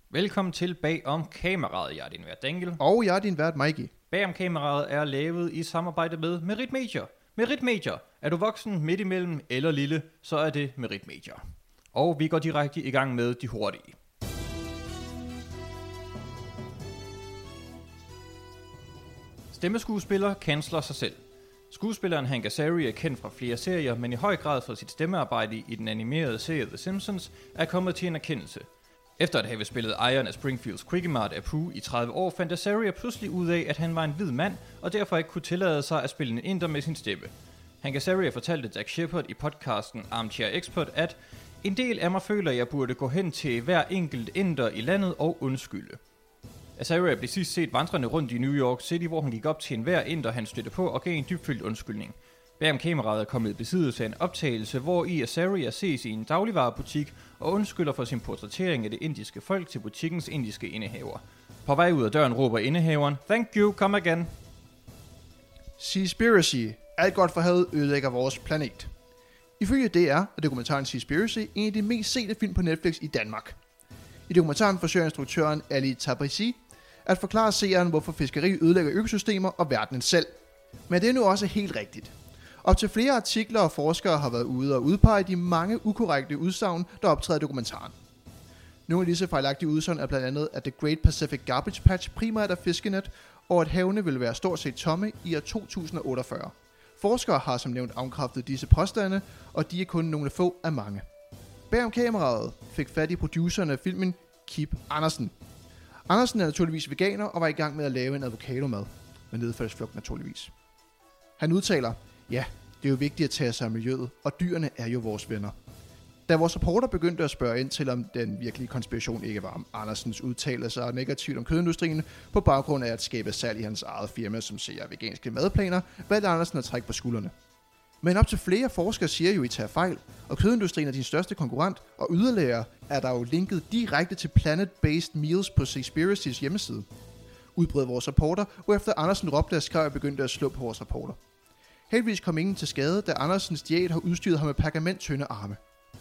Velkommen til Bag om kameraet. Jeg er din vært Daniel. Og jeg er din vært Mikey. Bag om kameraet er lavet i samarbejde med Merit Major. Merit Major. Er du voksen, midt imellem eller lille, så er det Merit Major. Og vi går direkte i gang med de hurtige. Stemmeskuespiller canceler sig selv. Skuespilleren Hank Azaria er kendt fra flere serier, men i høj grad fra sit stemmearbejde i den animerede serie The Simpsons, er kommet til en erkendelse. Efter at have spillet ejeren af Springfields Quickie-Mart Apu i 30 år, fandt Azaria pludselig ud af, at han var en hvid mand, og derfor ikke kunne tillade sig at spille en inder med sin stemme. Hank Azaria fortalte Dax Shepard i podcasten Armchair Expert, at en del af mig føler, at jeg burde gå hen til hver enkelt inder i landet og undskylde. Azaria blev sidst set vandrende rundt i New York City, hvor han gik op til enhver inder, han stødte på og gav en dybfølt undskyldning. Bag om kameraet er kommet i besiddelse af en optagelse, hvor i Azaria ses i en dagligvarebutik og undskylder for sin portrættering af det indiske folk til butikkens indiske indehaver. På vej ud af døren råber indehaveren, "Thank you, come again." Seaspiracy. Alt godt for havet ødelægger vores planet. Ifølge DR er dokumentaren Seaspiracy en af de mest sete film på Netflix i Danmark. I dokumentaren forsøger instruktøren Ali Tabrizi at forklare seeren, hvorfor fiskeri ødelægger økosystemer og verdenen selv. Men det er nu også helt rigtigt. Op til flere artikler og forskere har været ude og udpege de mange ukorrekte udsagn, der optræder i dokumentaren. Nogle af disse fejlagtige udsagn er blandt andet, at The Great Pacific Garbage Patch primært er fiskenet, og at havene vil være stort set tomme i år 2048. Forskere har som nævnt afkræftet disse påstande, og de er kun nogle få af mange. Bag om kameraet fik fat i produceren af filmen, Kip Andersen. Andersen er naturligvis veganer og var i gang med at lave en avocadomad, med nedfaldsflugt naturligvis. Han udtaler, ja, det er jo vigtigt at tage sig af miljøet, og dyrene er jo vores venner. Da vores reporter begyndte at spørge ind til, om den virkelige konspiration ikke var om Andersens udtalelser negativt om kødindustrien, på baggrund af at skabe salg i hans eget firma, som ser veganske madplaner, valgte Andersen at trække på skuldrene. Men op til flere forskere siger jo, I tager fejl, og kødindustrien er din største konkurrent, og yderligere er der jo linket direkte til Planet-Based Meals på Seaspiracy's hjemmeside. Udbrød vores reporter, hvorefter Andersen råbte og skrev og begyndte at slå på vores reporter. Heldigvis kom ingen til skade, da Andersens diæt har udstyret ham med pergamenttynde arme.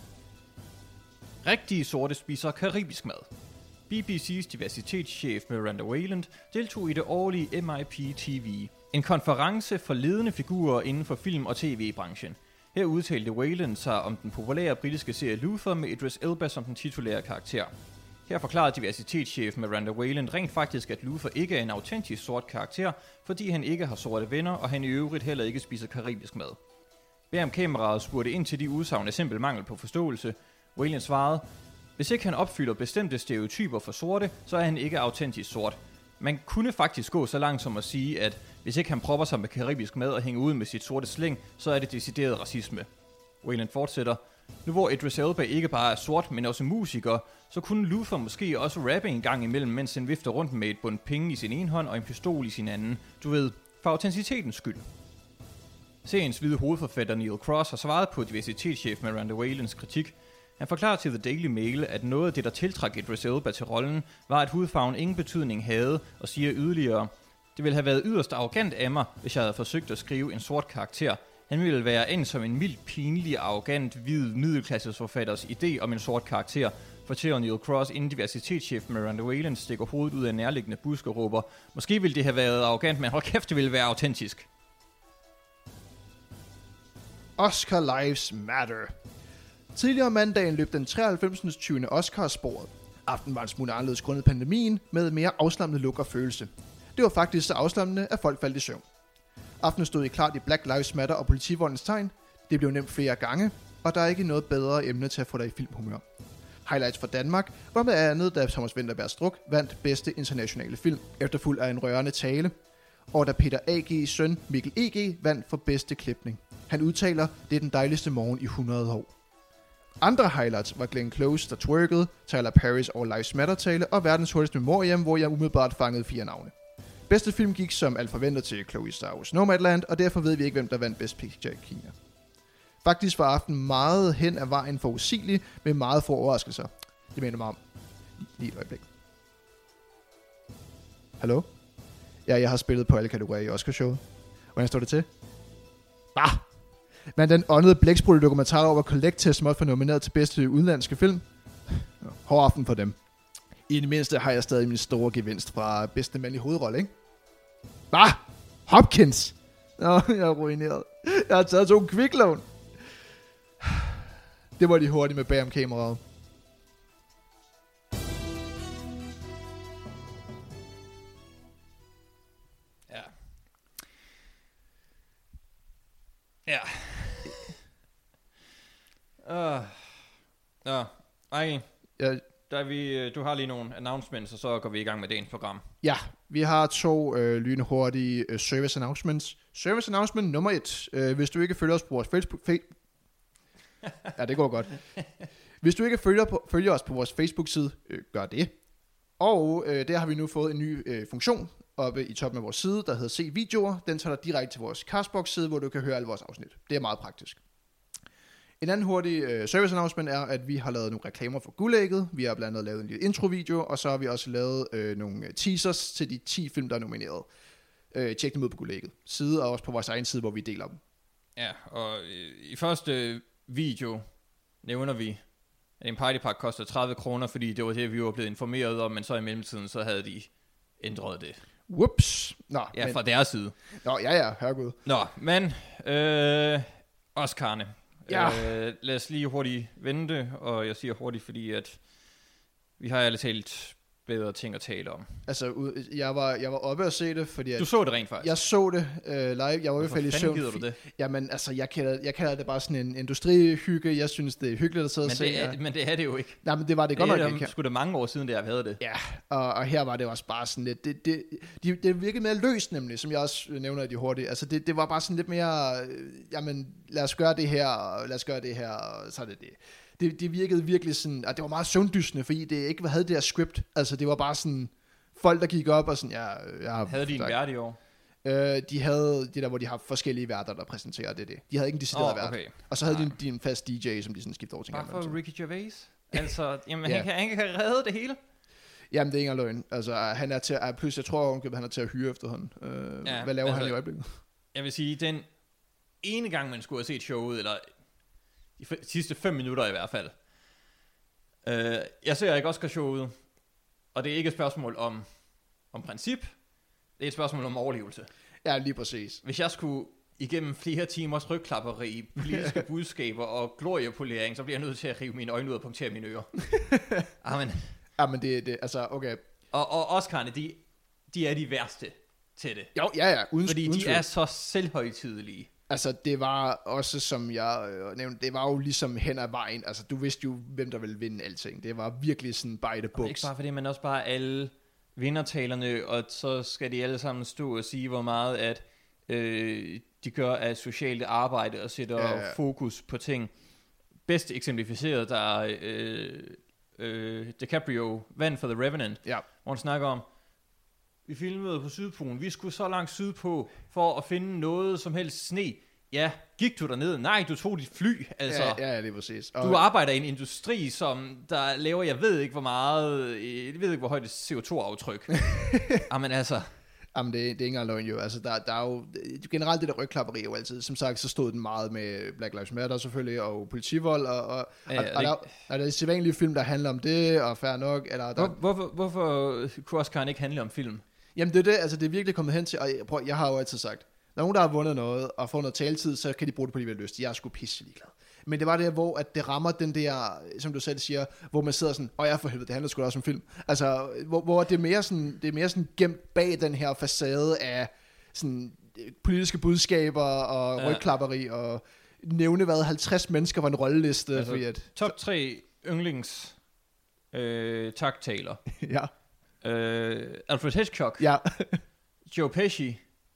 Rigtige sorte spiser karibisk mad. BBC's diversitetschef Miranda Wayland deltog i det årlige MIP TV, en konference for ledende figurer inden for film- og tv-branchen. Her udtalte Wayland sig om den populære britiske serie Luther med Idris Elba som den titulære karakter. Her forklarede diversitetschef Miranda Wayland rent faktisk, at Luther ikke er en autentisk sort karakter, fordi han ikke har sorte venner, og han i øvrigt heller ikke spiser karibisk mad. Bag om kameraet spurgte ind til de udsagn af simpel mangel på forståelse. Wayland svarede, hvis ikke han opfylder bestemte stereotyper for sorte, så er han ikke autentisk sort. Man kunne faktisk gå så langt som at sige, at hvis ikke han propper sig med karibisk mad og hænger ud med sit sorte sling, så er det decideret racisme. Wayland fortsætter, nu hvor Idris Elba ikke bare er sort, men også musiker, så kunne Luther måske også rappe en gang imellem, mens han vifter rundt med et bund penge i sin ene hånd og en pistol i sin anden. Du ved, for autenticitetens skyld. Seriens hvide hovedforfatter Neil Cross har svaret på diversitetschef Miranda Waylands kritik. Han forklarer til The Daily Mail, at noget af det, der tiltrak Idris Elba til rollen, var, at hudfarven ingen betydning havde, og siger yderligere, det ville have været yderst arrogant af mig, hvis jeg havde forsøgt at skrive en sort karakter. Han ville være end som en mildt, pinlig, arrogant, hvid middelklassesforfatters idé om en sort karakter, fortæller Neil Cross, inden diversitetschef Miranda Wayland stikker hovedet ud af nærliggende busk og råber, måske ville det have været arrogant, men hold kæft, det ville være autentisk. Oscar Lives Matter. Tidligere mandagen løb den 93. 20. Oscar sporet. Aften var en smule anderledes grundet pandemien, med mere afslappende look og følelse. Det var faktisk så afslappende, at folk faldt i søvn. Aftenen stod i klart i Black Lives Matter og politivoldens tegn. Det blev nemt flere gange, og der er ikke noget bedre emne til at få dig i filmhumør. Highlights fra Danmark var med andet, da Thomas Vinterberg Struk vandt bedste internationale film, efterfulgt af en rørende tale, og da Peter A.G.'s søn Mikkel E.G. vandt for bedste klipning. Han udtaler, det er den dejligste morgen i 100 år. Andre highlights var Glenn Close, der twerkede, Tyler Perry's All Lives Matter tale og verdens hurtigste memoriam, hvor jeg umiddelbart fangede 4 navne. Bedste film gik som alt forventet til Chloe Zhao's Nomadland, og derfor ved vi ikke, hvem der vandt Best Picture i Kina. Faktisk var aftenen meget hen ad vejen forudsigelig, med meget få overraskelser. Det mener mig om. Lige et øjeblik. Hallo? Ja, jeg har spillet på alle kategorier i Oscarshowet. Hvordan står det til? Bah! Men den åndede blæksprutte dokumentar over Collective, som også var nomineret til bedste udenlandske film. Hård aften for dem. I det mindste har jeg stadig min store gevinst fra bedste mandlige hovedrolle, ikke? Hvad? Hopkins? Nå, jeg er ruineret. Jeg har taget 2 kviklån. Det var de hurtigt med bag om kameraet. Ja. Ja. Ja. Ej. Du har lige nogle announcements, og så går vi i gang med dagens program. Ja, vi har 2 lynhurtige service announcements. Service announcement nummer 1. Hvis du ikke følger os på vores Facebook... Ja, det går godt. Hvis du ikke følger os på vores Facebook-side, gør det. Og der har vi nu fået en ny funktion oppe i toppen af vores side, der hedder Se Videoer. Den tager dig direkte til vores Castbox-side, hvor du kan høre alle vores afsnit. Det er meget praktisk. En anden hurtig service announcement er, at vi har lavet nogle reklamer for Guldægget. Vi har blandt andet lavet en lille introvideo, og så har vi også lavet nogle teasers til de 10 film, der er nomineret. Tjek dem ud på Guldægget side, og også på vores egen side, hvor vi deler dem. Ja, og i første video nævner vi, at en partypack koster 30 kroner, fordi det var det, vi var blevet informeret om, men så i mellemtiden, så havde de ændret det. Whoops. Nå, ja, men... fra deres side. Nå, ja, herregud. Nå, men Oscar'ne. Ja. Lad os lige hurtigt vente, og jeg siger hurtigt, fordi at vi har alle talt bedre ting at tale om. Altså, jeg var oppe og se det, fordi... Du så det rent faktisk? Jeg så det live. Jeg var i hvert fald i søvn. Hvorfor gider du det? Jamen, altså, jeg kalder det bare sådan en industrihygge. Jeg synes, det er hyggeligt at sidde og se. Men det er det jo ikke. Nej, men det var det godt nok ikke. Det skulle da mange år siden, det jeg havde det. Ja, og her var det også bare sådan lidt... Det virkede mere løst, nemlig, som jeg også nævner i de hurtige. Altså, det var bare sådan lidt mere... Jamen, lad os gøre det her, og lad os gøre det her, og så er det det. Det virkede virkelig sådan, og det var meget søvndysende, fordi det ikke havde det her script. Altså, det var bare sådan, folk der gik op og sådan, havde de en vært i år? De havde det der, hvor de har forskellige værter, der præsenterer det. De havde ikke en decideret vært. Okay. Og så havde de en fast DJ, som de sådan skiftede over til. Bare for Ricky Gervais? Altså, jamen, han kan redde det hele. Jamen, det er ikke engang løgn. Altså, han er til at, plus jeg tror, han er til at hyre efterhånden. Hvad laver han i øjeblikket? Jeg vil sige, den ene gang, man skulle have set showet, eller de sidste 5 minutter i hvert fald. Jeg ser ikke Oscar-showet, og det er ikke et spørgsmål om princip, det er et spørgsmål om overlevelse. Ja, lige præcis. Hvis jeg skulle igennem flere timers rygklapperi, politiske budskaber og gloriepolering, så bliver jeg nødt til at rive mine øjne ud og punktere mine ører. Amen. Jamen, det altså, okay. Og Oscar'ne, de er de værste til det. Jo, ja, fordi de er så selvhøjtidelige. Altså, det var også, som jeg nævnte, det var jo ligesom hen ad vejen. Altså, du vidste jo, hvem der ville vinde alting. Det var virkelig sådan by the books. Ikke bare fordi, men også bare alle vindertalerne, og så skal de alle sammen stå og sige, hvor meget at de gør af socialt arbejde og sætter fokus på ting. Bedst eksemplificeret, der DiCaprio vandt for The Revenant, hvor han snakker om, vi filmede på Sydpolen. Vi skulle så langt sydpå for at finde noget som helst sne. Ja, gik du derned? Nej, du tog dit fly. Altså, ja, det er præcis. Du arbejder i en industri, som der laver, jeg ved ikke hvor meget, jeg ved ikke hvor højt et CO2-aftryk. Jamen altså. Jamen det er ikke engang løgn jo. Altså der er jo generelt det der rygklapperi jo altid. Som sagt, så stod den meget med Black Lives Matter selvfølgelig, og politivold, og der er sædvanlige film, der handler om det, og fair nok. Eller Hvorfor kunne Oscar ikke handle om film? Jamen det er det, altså det er virkelig kommet hen til, og jeg har jo altid sagt, når nogen der har vundet noget, og får noget taletid, så kan de bruge det på alligevel lyst. Jeg er sgu pisse ligeglad. Men det var det, hvor at det rammer den der, som du selv siger, hvor man sidder sådan, ja for helvede, det handler sgu da også om film. Altså, hvor det er mere sådan gemt bag den her facade af sådan politiske budskaber og rygklapperi, og nævne hvad, 50 mennesker på en rolleliste. Altså, fordi at, top 3 yndlings taktaler. Ja. Alfred Hitchcock, Joe Pesci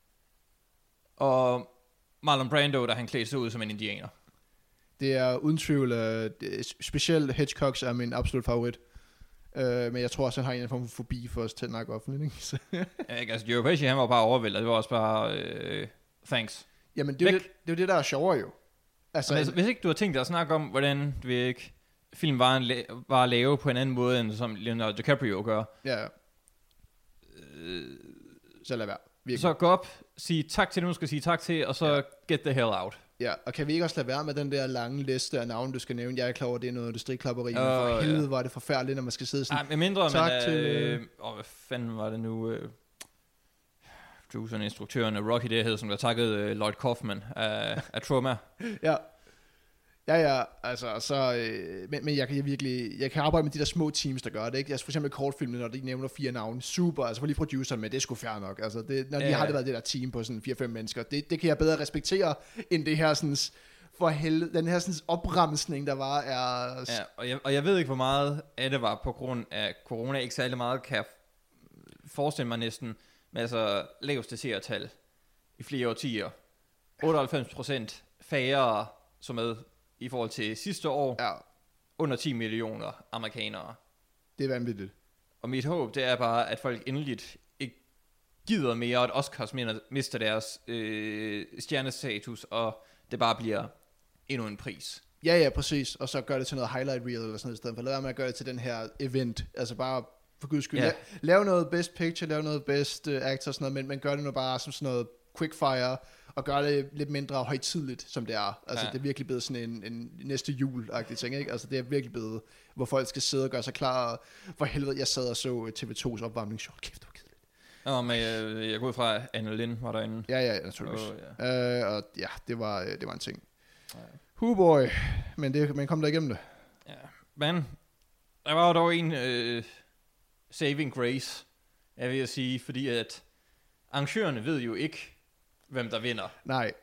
og Marlon Brando, der han klædte sig ud som en indianer. Det er uden tvivl, specielt Hitchcocks er min absolut favorit. Men jeg tror også, han har en form for fobi for os til at snakke offentligt. Altså, Joe Pesci, han var bare overvældet. Det var også bare, thanks. Jamen, det er jo det, der er sjovere jo. Altså, hvis ikke du har tænkt dig at snakke om, hvordan film var at lave på en anden måde, end som Leonardo DiCaprio gør. Ja. Så lad være. Virkelig. Så gå op, sige tak til dem, du skal sige tak til, og så get the hell out. Ja, og kan vi ikke også lade være med den der lange liste af navne, du skal nævne? Jeg er klar over, det er noget industriklapperi, men for helvede var det forfærdeligt, når man skal sidde sådan. Nej, med mindre, tak men til... hvad fanden var det nu? Produceren, instruktøren af Rocky, det hed, som der takkede Lloyd Kaufman af Troma. Ja, altså, så, men jeg kan arbejde med de der små teams, der gør det, ikke? Altså for eksempel kortfilmene, når de nævner 4 navne, super, altså for lige produceren med, det er sgu fair nok, altså det, når de har det været det der team på sådan 4-5 mennesker, det kan jeg bedre respektere, end det her sådan, for helvede, den her sådan opremsning, der var, er... Ja, og jeg ved ikke, hvor meget af det var på grund af corona, ikke særlig meget, kan jeg forestille mig næsten, men altså laveste seertal i flere årtier, 98% færre, som med i forhold til sidste år, under 10 millioner amerikanere. Det er vanvittigt. Og mit håb, det er bare, at folk endeligt ikke gider mere, at Oscars mister deres stjernestatus, og det bare bliver endnu en pris. Ja, præcis. Og så gør det til noget highlight reel eller sådan noget i stedet for. Lad være med at gøre det til den her event. Altså bare for guds skyld. Lav noget best picture, lav noget best actor og sådan noget, men gør det nu bare som sådan noget quickfire, og gør det lidt mindre højtidligt, som det er. Altså det er virkelig blevet sådan en næste jul-agtig ting, ikke? Altså det er virkelig blevet, hvor folk skal sidde og gøre sig klar, og for helvede, jeg sad og så TV2's opvarmningsshow. Kæft, det var kedeligt. Men jeg går ud fra, at Anne Lind var derinde. Ja, naturligvis. Og ja, det var en ting. Boy, men kom der igennem det. Ja, men der var jo dog en saving grace, jeg vil sige, fordi at arrangørerne ved jo ikke, hvem der vinder. Nej.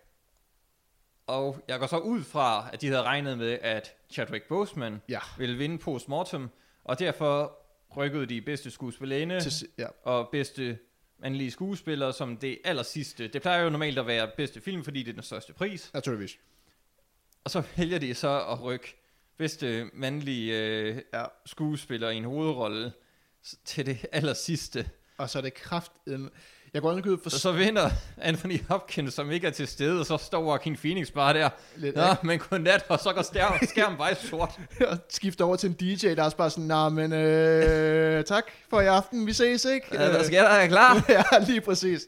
Og jeg går så ud fra, at de havde regnet med, at Chadwick Boseman ville vinde postmortem, og derfor rykkede de bedste skuespillerinde og bedste mandlige skuespillere som det aller sidste. Det plejer jo normalt at være bedste film, fordi det er den største pris. Naturligvis. Og så vælger de så at rykke bedste mandlige skuespiller i en hovedrolle til det aller sidste. Og så er det jeg går ud for... Så vinder Anthony Hopkins, som ikke er til stede, og så står Joaquin Phoenix bare der. Men godnat, og så går skærmen bare sort. Og skifter over til en DJ, der er bare sådan, men tak for i aften, vi ses, ikke? Hvad sker der, er jeg klar? Ja, lige præcis.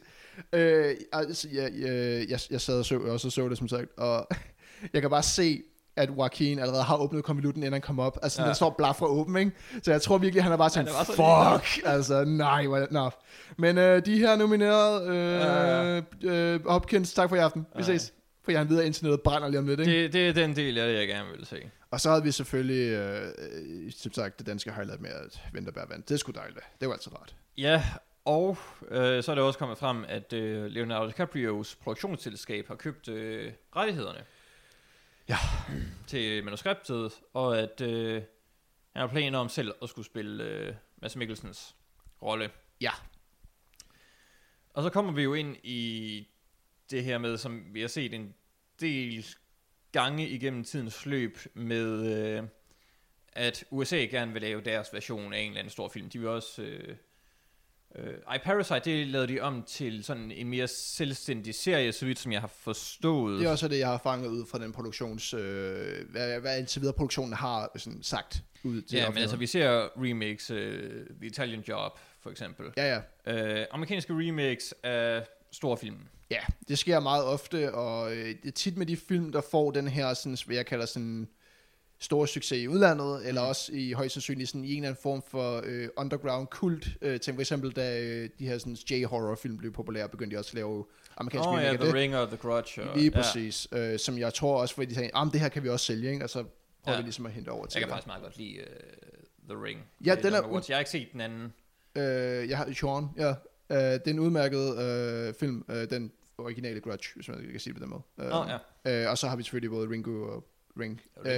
Jeg sad og så det, som sagt, og jeg kan bare se, at Joaquin allerede har åbnet konvolutten, inden han kom op. Altså, den står blaffer åben, ikke? Så jeg tror virkelig, han er bare sådan, fuck! Altså, nej, men de her nominerede, Hopkins, tak for i aften. Vi ses. For han videre internettet brænder lige om lidt, ikke? Det er den del af det, jeg gerne vil se. Og så havde vi selvfølgelig, som sagt, det danske highlight med at Vinterberg vandt. Det er sgu dejligt. Det var altid rart. Ja, og så er det også kommet frem, at Leonardo DiCaprios produktionsselskab har købt rettighederne. Ja, til manuskriptet, og at han har planer om selv at skulle spille Mads Mikkelsens rolle. Ja. Og så kommer vi jo ind i det her med, som vi har set en del gange igennem tidens løb, med at USA gerne vil lave deres version af en eller anden stor film. De vil også... Parasite, det lavede de om til sådan en mere selvstændig serie, så vidt som jeg har forstået. Det er også det, jeg har fanget ud fra den produktions... hvad indtil videre produktionen har sådan sagt ud til. Ja, men altså vi ser remakes, The Italian Job for eksempel. Ja. Amerikanske remakes af store film. Ja, det sker meget ofte, og det er tit med de film, der får den her, sådan, hvad jeg kalder sådan... stor succes i udlandet, eller også i højst sandsynligt sådan, i en eller anden form for underground kult. Til for eksempel, da de her sådan, J-horror-film blev populære, begyndte de også at lave amerikanske remake af det. The Ring og The Grudge. Lige præcis. Som jeg tror også, fordi de sagde, det her kan vi også sælge, ikke? Og så prøver vi ligesom at hente over til. Jeg kan faktisk meget godt lide The Ring. Ja, den er... Jeg har ikke set den anden. Jeg har Sean, ja. Det er en udmærket film, den originale Grudge, hvis man kan sige det på den måde. Og så har vi selvfølgelig både Ringo og Ring.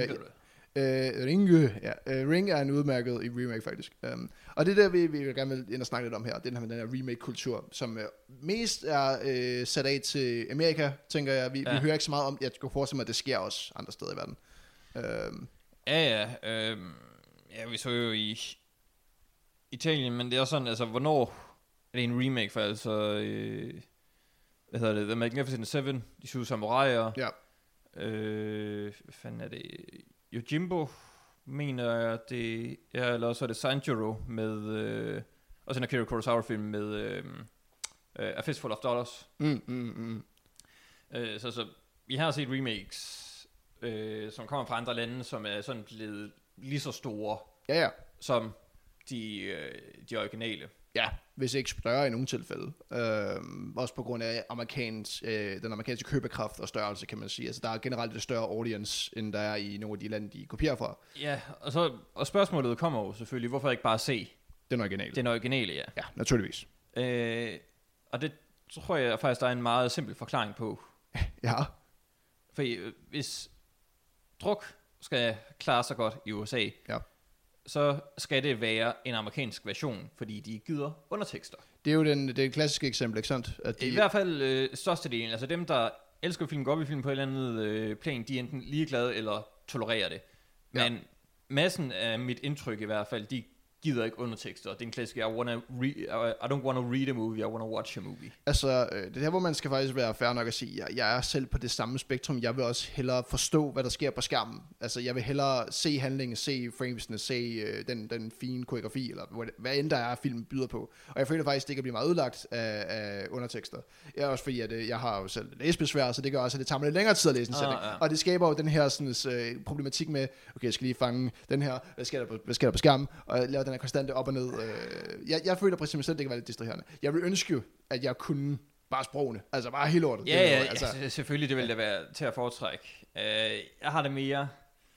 Ring er en udmærket i remake faktisk. Og det der vi gerne vil ind og snakke lidt om her, den her remake-kultur, som mest er sat af til Amerika, tænker jeg. Vi hører ikke så meget om, jeg kan forestille mig, at det sker også andre steder i verden. Ja, vi så jo i Italien, men det er også sådan, altså, hvornår er det en remake for, altså, hvad hedder det, The Magnificent Seven, De Syv Samuraier. Ja. Hvad fanden er det? Yojimbo, mener jeg, det er, eller så er det Sanjuro med, også en Akira Kurosawa-film med A Fistful of Dollars. Så vi har set remakes, som kommer fra andre lande, som er sådan blevet lige så store Ja. som de originale. Ja, hvis ikke større i nogle tilfælde. Også på grund af den amerikanske købekraft og størrelse, kan man sige. Altså, der er generelt et større audience, end der er i nogle af de lande, de kopierer fra. Ja, og spørgsmålet kommer jo selvfølgelig, hvorfor ikke bare se Den originale. den originale, ja. Ja, naturligvis. Og det tror jeg faktisk, der er en meget simpel forklaring på. Ja. For hvis druk skal klare sig godt i USA, Ja. så skal det være en amerikansk version, fordi de gider undertekster. Det er jo det klassiske eksempel, ikke sandt? At I hvert fald størstedelen, altså dem, der elsker film, går op i film på et eller andet plan, de er enten ligeglade eller tolererer det. Men massen af mit indtryk i hvert fald, de gider ikke undertekster. Det er en klassisk, I don't wanna read a movie, I wanna watch a movie. Altså, det er her, hvor man skal faktisk være fair nok at sige, jeg er selv på det samme spektrum. Jeg vil også hellere forstå, hvad der sker på skærmen. Altså, jeg vil hellere se handlingen, se framesene, se den fine koreografi, eller hvad end der er, filmen byder på. Og jeg føler faktisk, det kan blive meget udlagt af undertekster. Jeg er også fordi, at jeg har jo selv læsebesvær, så det gør også, at det tager mig lidt længere tid at læse en sætning. Og det skaber jo den her sådan, problematik med, okay, jeg skal lige fange den her, hvad sker der på skærmen, og lave den her konstante op og ned. Jeg føler præcis selv, det kan være lidt distraherende. Jeg vil ønske jo, at jeg kunne bare sprogene. Altså bare hele lortet. Ja, selvfølgelig, det vil da være til at foretrække. Jeg har det mere...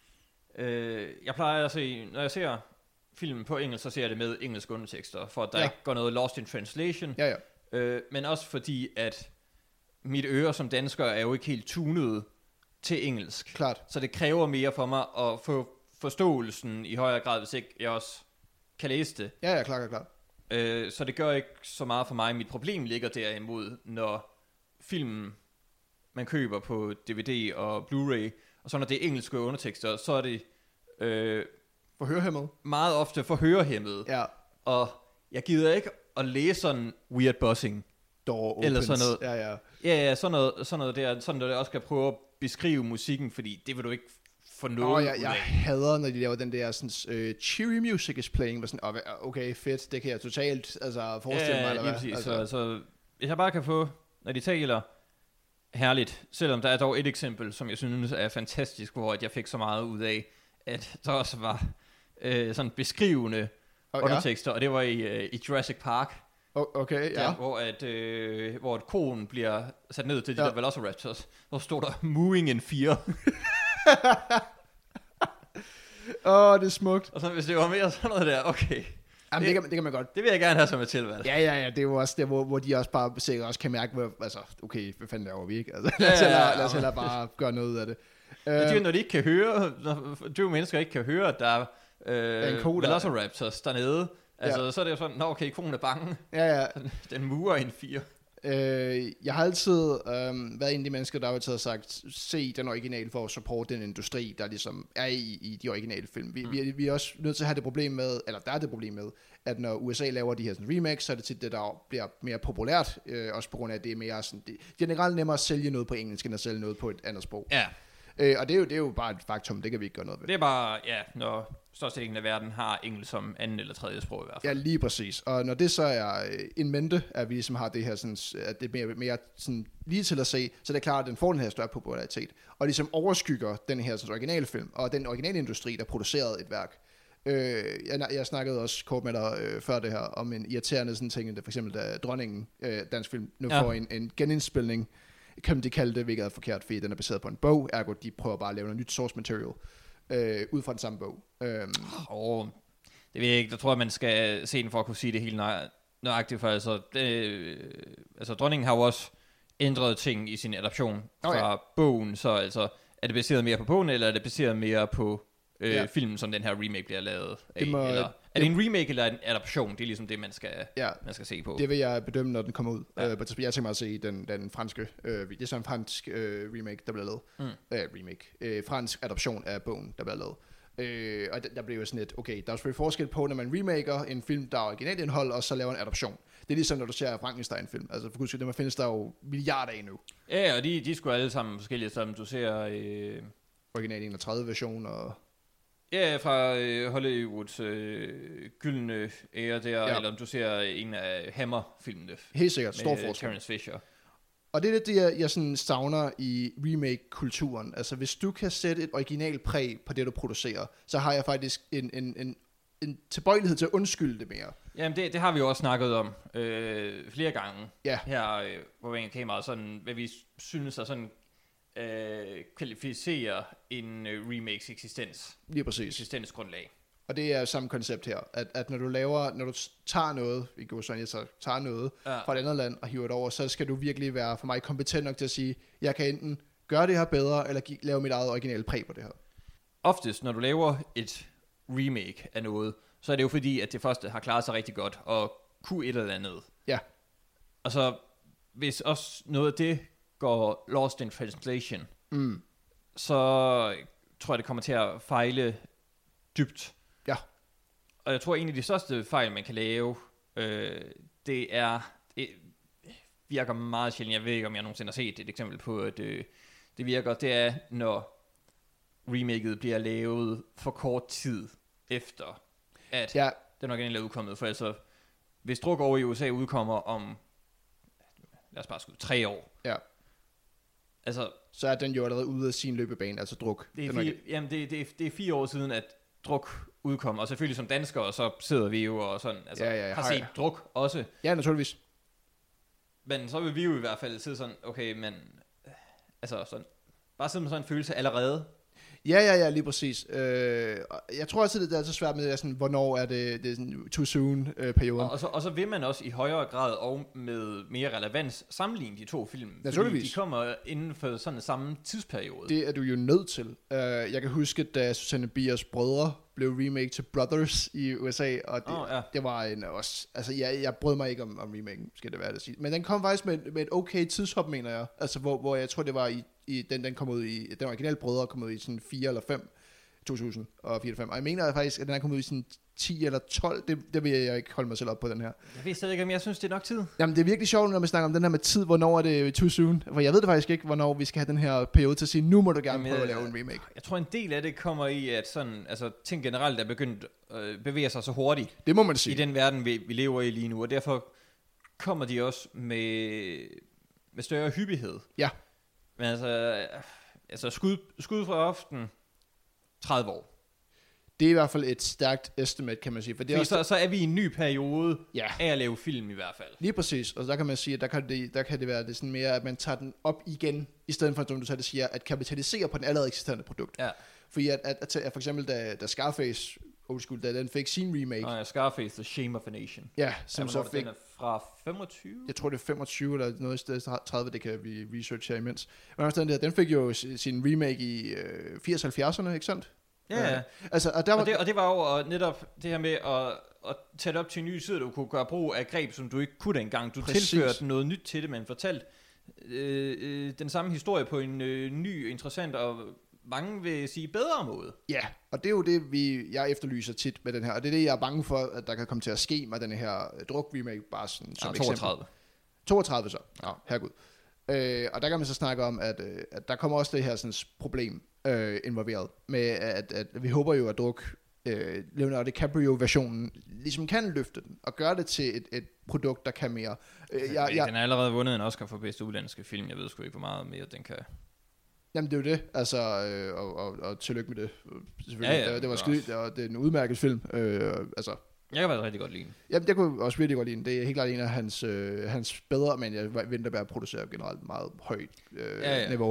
jeg plejer at se... Når jeg ser filmen på engelsk, så ser jeg det med engelske undertekster, for at der ikke går noget lost in translation. Men også fordi, at mit øre som dansker er jo ikke helt tunet til engelsk. Klart. Så det kræver mere for mig at få forståelsen i højere grad, hvis ikke jeg også kan læse det. Ja, klart. Så det gør ikke så meget for mig. Mit problem ligger derimod, når filmen man køber på DVD og Blu-ray, og så når det er engelske undertekster, så er det for hørehæmmet. Meget ofte for hørehæmmet. Ja. Og jeg gider ikke at læse sådan weird buzzing. Door opens. Eller sådan noget. Ja. Ja, sådan noget der, sådan noget, der også kan prøve at beskrive musikken, fordi det vil du ikke få noget jeg hader, når de laver den der sådan, cheery music is playing, sådan, okay, fedt, det kan jeg totalt forestille mig, eller hvad? Præcis. Altså, hvis jeg bare kan få, når de taler herligt, selvom der er dog et eksempel, som jeg synes er fantastisk, hvor jeg fik så meget ud af, at der også var sådan beskrivende undertekster, og det var i Jurassic Park. Okay, ja. Hvor et koen bliver sat ned til de der Velociraptors, hvor stod der moving in 4. Det er smukt. Og så hvis det var mere sådan noget der, okay. Jamen, det kan man godt. Det vil jeg gerne have som et tilvalg. Ja, det er jo også der, hvor de også bare sikkert også kan mærke, altså, okay, hvad fanden laver vi ikke? Altså, lad os hellere bare gøre noget ud af det. Når de ikke kan høre, når mennesker ikke kan høre, at der er Velociraptors dernede, altså, så er det jo sådan, okay, konen er bange. Ja. Den murer en 4. Jeg har altid været en af de mennesker, der har taget sagt, se den originale for at supporte den industri, der ligesom er i de originale film. Vi er også nødt til at have det problem med, eller der er det problem med, at når USA laver de her sådan, remakes, så er det tit det, der bliver mere populært, også på grund af, at det er mere sådan, det er generelt nemmere at sælge noget på engelsk, end at sælge noget på et andet sprog. Ja. Og det er jo bare et faktum, det kan vi ikke gøre noget ved. Det er bare, når størstedelen af verden har engelsk som anden eller tredje sprog i hvert fald. Ja, lige præcis. Og når det så er en mente, at vi ligesom har det her, sådan, at det er mere sådan, lige til at se, så det er klart, at den får den her større popularitet, og ligesom overskygger den her sådan, originale film, og den originale industri, der producerede et værk. Jeg snakkede også kort med dig før det her, om en irriterende sådan ting, for eksempel da Dronningen, dansk film, nu får en genindspilning, kan de kalde det, hvilket er forkert, fordi den er baseret på en bog, ergo de prøver bare at lave noget nyt source material ud fra den samme bog. Det ved jeg ikke, der tror jeg, man skal se den for at kunne sige det helt nøjagtigt, for altså Dronningen har jo også ændret ting i sin adaption fra bogen, så altså, er det baseret mere på bogen, eller er det baseret mere på filmen, som den her remake bliver lavet af? Eller er det en remake eller en adaption? Det er ligesom det, man skal se på. Det vil jeg bedømme, når den kommer ud. Jeg tænker mig at se den franske, det er så en fransk remake, der bliver lavet. Fransk adaption af bogen, der bliver lavet. Og der bliver jo sådan lidt, okay, der er selvfølgelig forskel på, når man remaker en film, der er originalt indhold, og så laver en adaption. Det er ligesom, når du ser Frankenstein-film. Altså, for gudskyld, dem findes der jo milliarder af nu. Ja, og de er sgu alle sammen forskellige, som du ser... Original 31-version, og... Ja, fra Hollywoods gyldne ære der, eller om du ser en af Hammer-filmene. Helt sikkert, stor forskel. Terence Fisher. Og det er det, jeg sådan savner i remake-kulturen. Altså, hvis du kan sætte et original præg på det, du producerer, så har jeg faktisk en tilbøjelighed til at undskylde det mere. Jamen, det har vi jo også snakket om flere gange her, hvor vi kameraet sådan, hvad vi synes er sådan kvalificerer en remakes eksistens. Lige præcis. Eksistensgrundlag. Og det er samme koncept her, at når du tager noget, i går sådan, jeg så tager noget fra et andet land og hiver det over, så skal du virkelig være for mig kompetent nok til at sige, jeg kan enten gøre det her bedre, eller lave mit eget originale præg på det her. Oftest, når du laver et remake af noget, så er det jo fordi, at det første har klaret sig rigtig godt, og kunne et eller andet. Ja. Og så, hvis også noget af det går lost in translation, så tror jeg, det kommer til at fejle dybt. Ja. Og jeg tror, en af de største fejl, man kan lave, det virker meget sjældent. Jeg ved ikke, om jeg nogensinde har set et eksempel på, at det virker. Det er, når remaket bliver lavet for kort tid efter, at den originale er udkommet. For altså, hvis Druk over i USA udkommer om, lad os bare skyde, 3 år. Ja. Altså, så er den jo allerede ude af sin løbebane, altså Druk. Det er 4 år siden, at Druk udkom, og selvfølgelig som danskere, så sidder vi jo og sådan, altså, har set Druk også. Ja, naturligvis. Men så vil vi jo i hvert fald sidde sådan, okay, men altså sådan, bare sidde med sådan en følelse allerede. Ja, lige præcis. Jeg tror også, det er så svært med, sådan, hvornår er det sådan too soon-perioden. Og så vil man også i højere grad og med mere relevans sammenligne de to film. Naturligvis. Fordi de kommer inden for sådan samme tidsperiode. Det er du jo nødt til. Jeg kan huske, da Susanne Biers brødre blev remake til Brothers i USA, og det var en også... Altså, jeg brød mig ikke om remaken, skal det være det sige. Men den kom faktisk med et okay tidshop, mener jeg. Altså, hvor jeg tror, det var den kom ud i... Den originale brødre kom ud i sådan 4 eller 5, 2004-5. Og jeg mener faktisk, at den er kommet ud i sådan 10 eller 12. Det vil jeg ikke holde mig selv op på, den her. Jeg ved stadig ikke, om jeg synes, det er nok tid. Jamen, det er virkelig sjovt, når man snakker om den her med tid. Hvornår er det too soon? For jeg ved det faktisk ikke, hvornår vi skal have den her periode til at sige, nu må du gerne prøve at lave en remake. Jeg tror, en del af det kommer i, at sådan, altså, ting generelt er begyndt at bevæge sig så hurtigt. Det må man sige. I den verden, vi lever i lige nu. Og derfor kommer de også med større hyppighed. Ja. Men altså skud fra often 30 år. Det er i hvert fald et stærkt estimate, kan man sige. For det er også så er vi i en ny periode af at lave film i hvert fald. Lige præcis. Og der kan man sige, at der kan det være det sådan mere, at man tager den op igen, i stedet for, som du så siger, at kapitalisere på den allerede eksisterende produkt. Ja. Fordi at for eksempel, da Scarface, old school, da den fik sin remake. Scarface, The Shame of a Nation. Ja, som så fik... Den er fra 25? Jeg tror, det er 25 eller noget i stedet 30, det kan vi research her imens. Men den fik jo sin remake i 80-70'erne, ikke sandt? Ja. Altså, og det var jo netop det her med at tage det op til en ny side, du kunne gøre brug af greb, som du ikke kunne dengang. Du tilførte noget nyt til det, man fortalte den samme historie på en ny, interessant og mange vil sige bedre måde. Ja, og det er jo det, jeg efterlyser tit med den her, og det er det, jeg er bange for, at der kan komme til at ske med den her Druk-remake, bare sådan, som 32. Eksempel. 32 så, herregud. Og der kan man så snakke om, at der kommer også det her sådan, problem involveret, med at vi håber jo, at Druk, Leonardo DiCaprio-versionen, ligesom kan løfte den, og gøre det til et produkt, der kan mere. Den har allerede vundet en Oscar for bedste udlandske film, jeg ved sgu ikke, hvor meget mere den kan... Jamen det er jo det, altså, og tillykke med det, selvfølgelig. Ja, det var skidt, og det er en udmærket film, altså. Jeg kan være rigtig godt lide den. Jamen, jeg kunne også virkelig godt lide den. Det er helt klart en af hans bedre, men jeg venter bare at producere generelt meget højt niveau.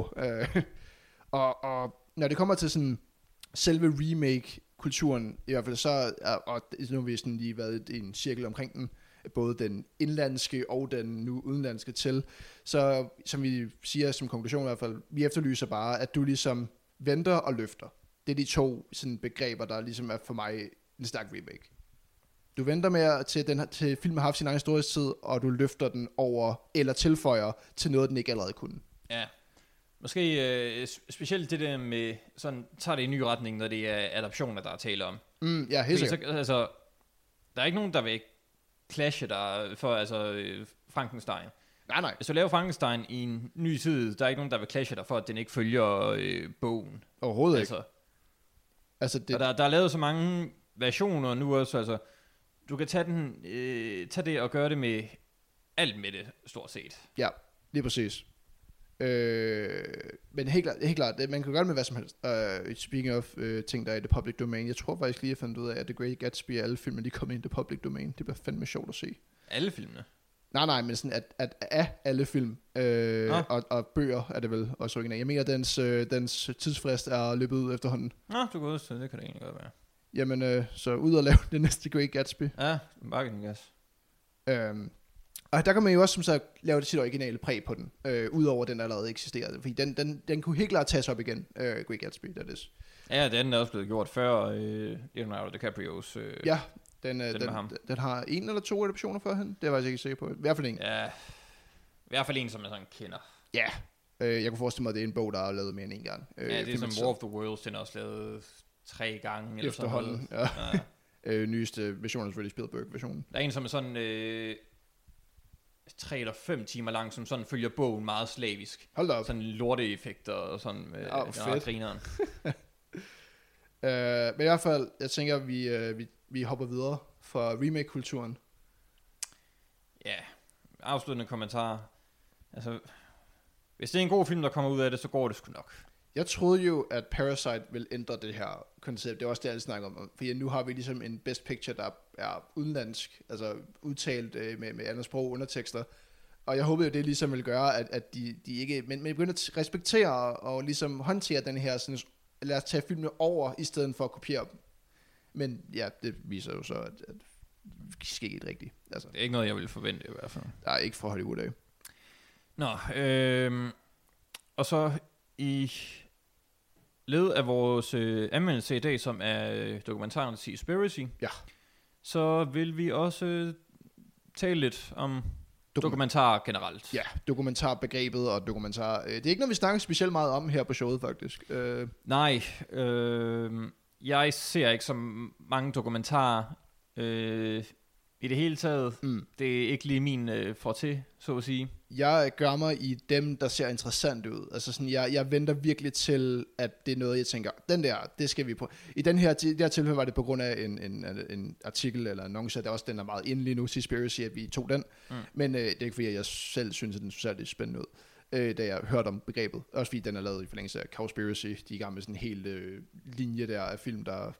Og når det kommer til sådan selve remake-kulturen, i hvert fald så, og nu har vi sådan lige været i en cirkel omkring den, både den indlandske og den nu udenlandske til. Så som vi siger som konklusion i hvert fald, vi efterlyser bare, at du ligesom venter og løfter. Det er de to sådan begreber, der ligesom er for mig en stærk remake. Du venter med til filmen har haft sin egen storhedstid, og du løfter den over, eller tilføjer til noget, den ikke allerede kunne. Ja. Måske specielt det der med, sådan tager det i en ny retning, når det er adaptioner, der er tale om. Ja, helt sikkert. Altså, der er ikke nogen, der vil clashe der for Frankenstein. Nej. Hvis du laver Frankenstein i en ny tid, der er ikke nogen, der vil clashe der for, at den ikke følger bogen. Overhovedet ikke. Altså det... Og der er lavet så mange versioner nu også, altså du kan tage det og gøre det med alt med det, stort set. Ja. Lige præcis. Men helt klart, man kan gøre det med hvad som helst. Speaking of ting, der er i the public domain, jeg tror faktisk lige, at jeg fandt ud af, at The Great Gatsby og alle filmene, de kommer ind i the public domain. Det bliver fandme sjovt at se. Alle filmene? Nej, men sådan at af alle film og bøger er det vel også originalt. Jeg mener, dens tidsfrist er løbet ud efterhånden. Nå, du går ud til det kan det egentlig godt være. Jamen, så ud og lave det næste Great Gatsby. Ja, marketinggas. Og der kan man jo også som sagt lave sit originale præg på den, udover den, der allerede eksisterede. Fordi den kunne helt klart tages op igen, Great Gatsby, that is. Ja, den er også blevet gjort før Leonardo DiCaprios. Ja, den har en eller to adaptioner for hende. Det er jeg faktisk ikke sikker på. I hvert fald en. Ja, i hvert fald en, som man sådan kender. Ja, jeg kunne forestille mig, at det er en bog, der er lavet mere end en gang. Ja, det er som War of the Worlds, den er også lavet 3 gange. Eller efterhånden, ja. Nyeste version er selvfølgelig Spielberg-versionen. Der er en, som er sådan 3 eller 5 timer lang, som sådan følger bogen meget slavisk. Hold da op. Sådan lorteeffekter og sådan med grineren. Men i hvert fald, jeg tænker, at vi hopper videre fra remake-kulturen. Ja, afsluttende kommentar. Altså, hvis det er en god film, der kommer ud af det, så går det sgu nok. Jeg troede jo, at Parasite vil ændre det her koncept. Det er også det, alle snakker om. Fordi nu har vi ligesom en Best Picture, der er udenlandsk, altså udtalt med andet sprog, undertekster. Og jeg håber jo, det ligesom vil gøre, at de ikke... Men begynder at respektere og ligesom håndtere den her sådan... Lad os tage filmene over, i stedet for at kopiere dem. Men ja, det viser jo så, at det sker ikke rigtigt. Altså, det er ikke noget, jeg ville forvente i hvert fald. Der er ikke fra Hollywood af. Nå, og så i led af vores anmeldelse i dag, som er dokumentaren Seaspiracy, ja, så vil vi også tale lidt om dokumentar generelt. Ja, dokumentarbegrebet og dokumentar. Det er ikke noget, vi snakker specielt meget om her på showet, faktisk. Nej, jeg ser ikke så mange dokumentarer i det hele taget. Det er ikke lige min forte, så at sige. Jeg gør mig i dem, der ser interessant ud. Altså sådan, jeg venter virkelig til, at det er noget, jeg tænker, den der, det skal vi på. I det her tilfælde var det på grund af en artikel eller en annonce, der også den er meget inde lige nu, Seaspiracy, at vi tog den. Men det er ikke fordi, jeg selv synes, at den så særligt spændende ud, da jeg hørte om begrebet. Også fordi den er lavet i forlængelse af Cowspiracy. De er i gang med sådan en hel linje der af film, der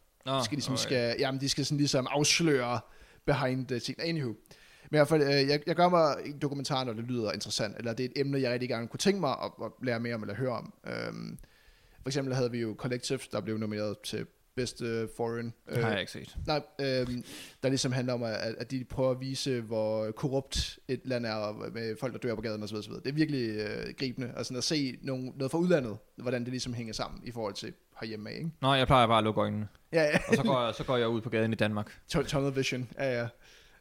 de skal sådan ligesom afsløre behind the scene. Anywho. Men i hvert fald, jeg gør mig en dokumentar, når det lyder interessant, eller det er et emne, jeg rigtig gerne kunne tænke mig at lære mere om, eller høre om. For eksempel havde vi jo Collective, der blev nomineret til bedste foreign. Det har jeg ikke set. Nej, der ligesom handler om, at de prøver at vise, hvor korrupt et land er, med folk, der dør på gaden osv. Det er virkelig gribende, altså at se noget fra udlandet, hvordan det ligesom hænger sammen i forhold til herhjemme, ikke? Nå, jeg plejer bare at lukke øjnene. Ja. Og så går jeg ud på gaden i Danmark. Tunnel vision, ja.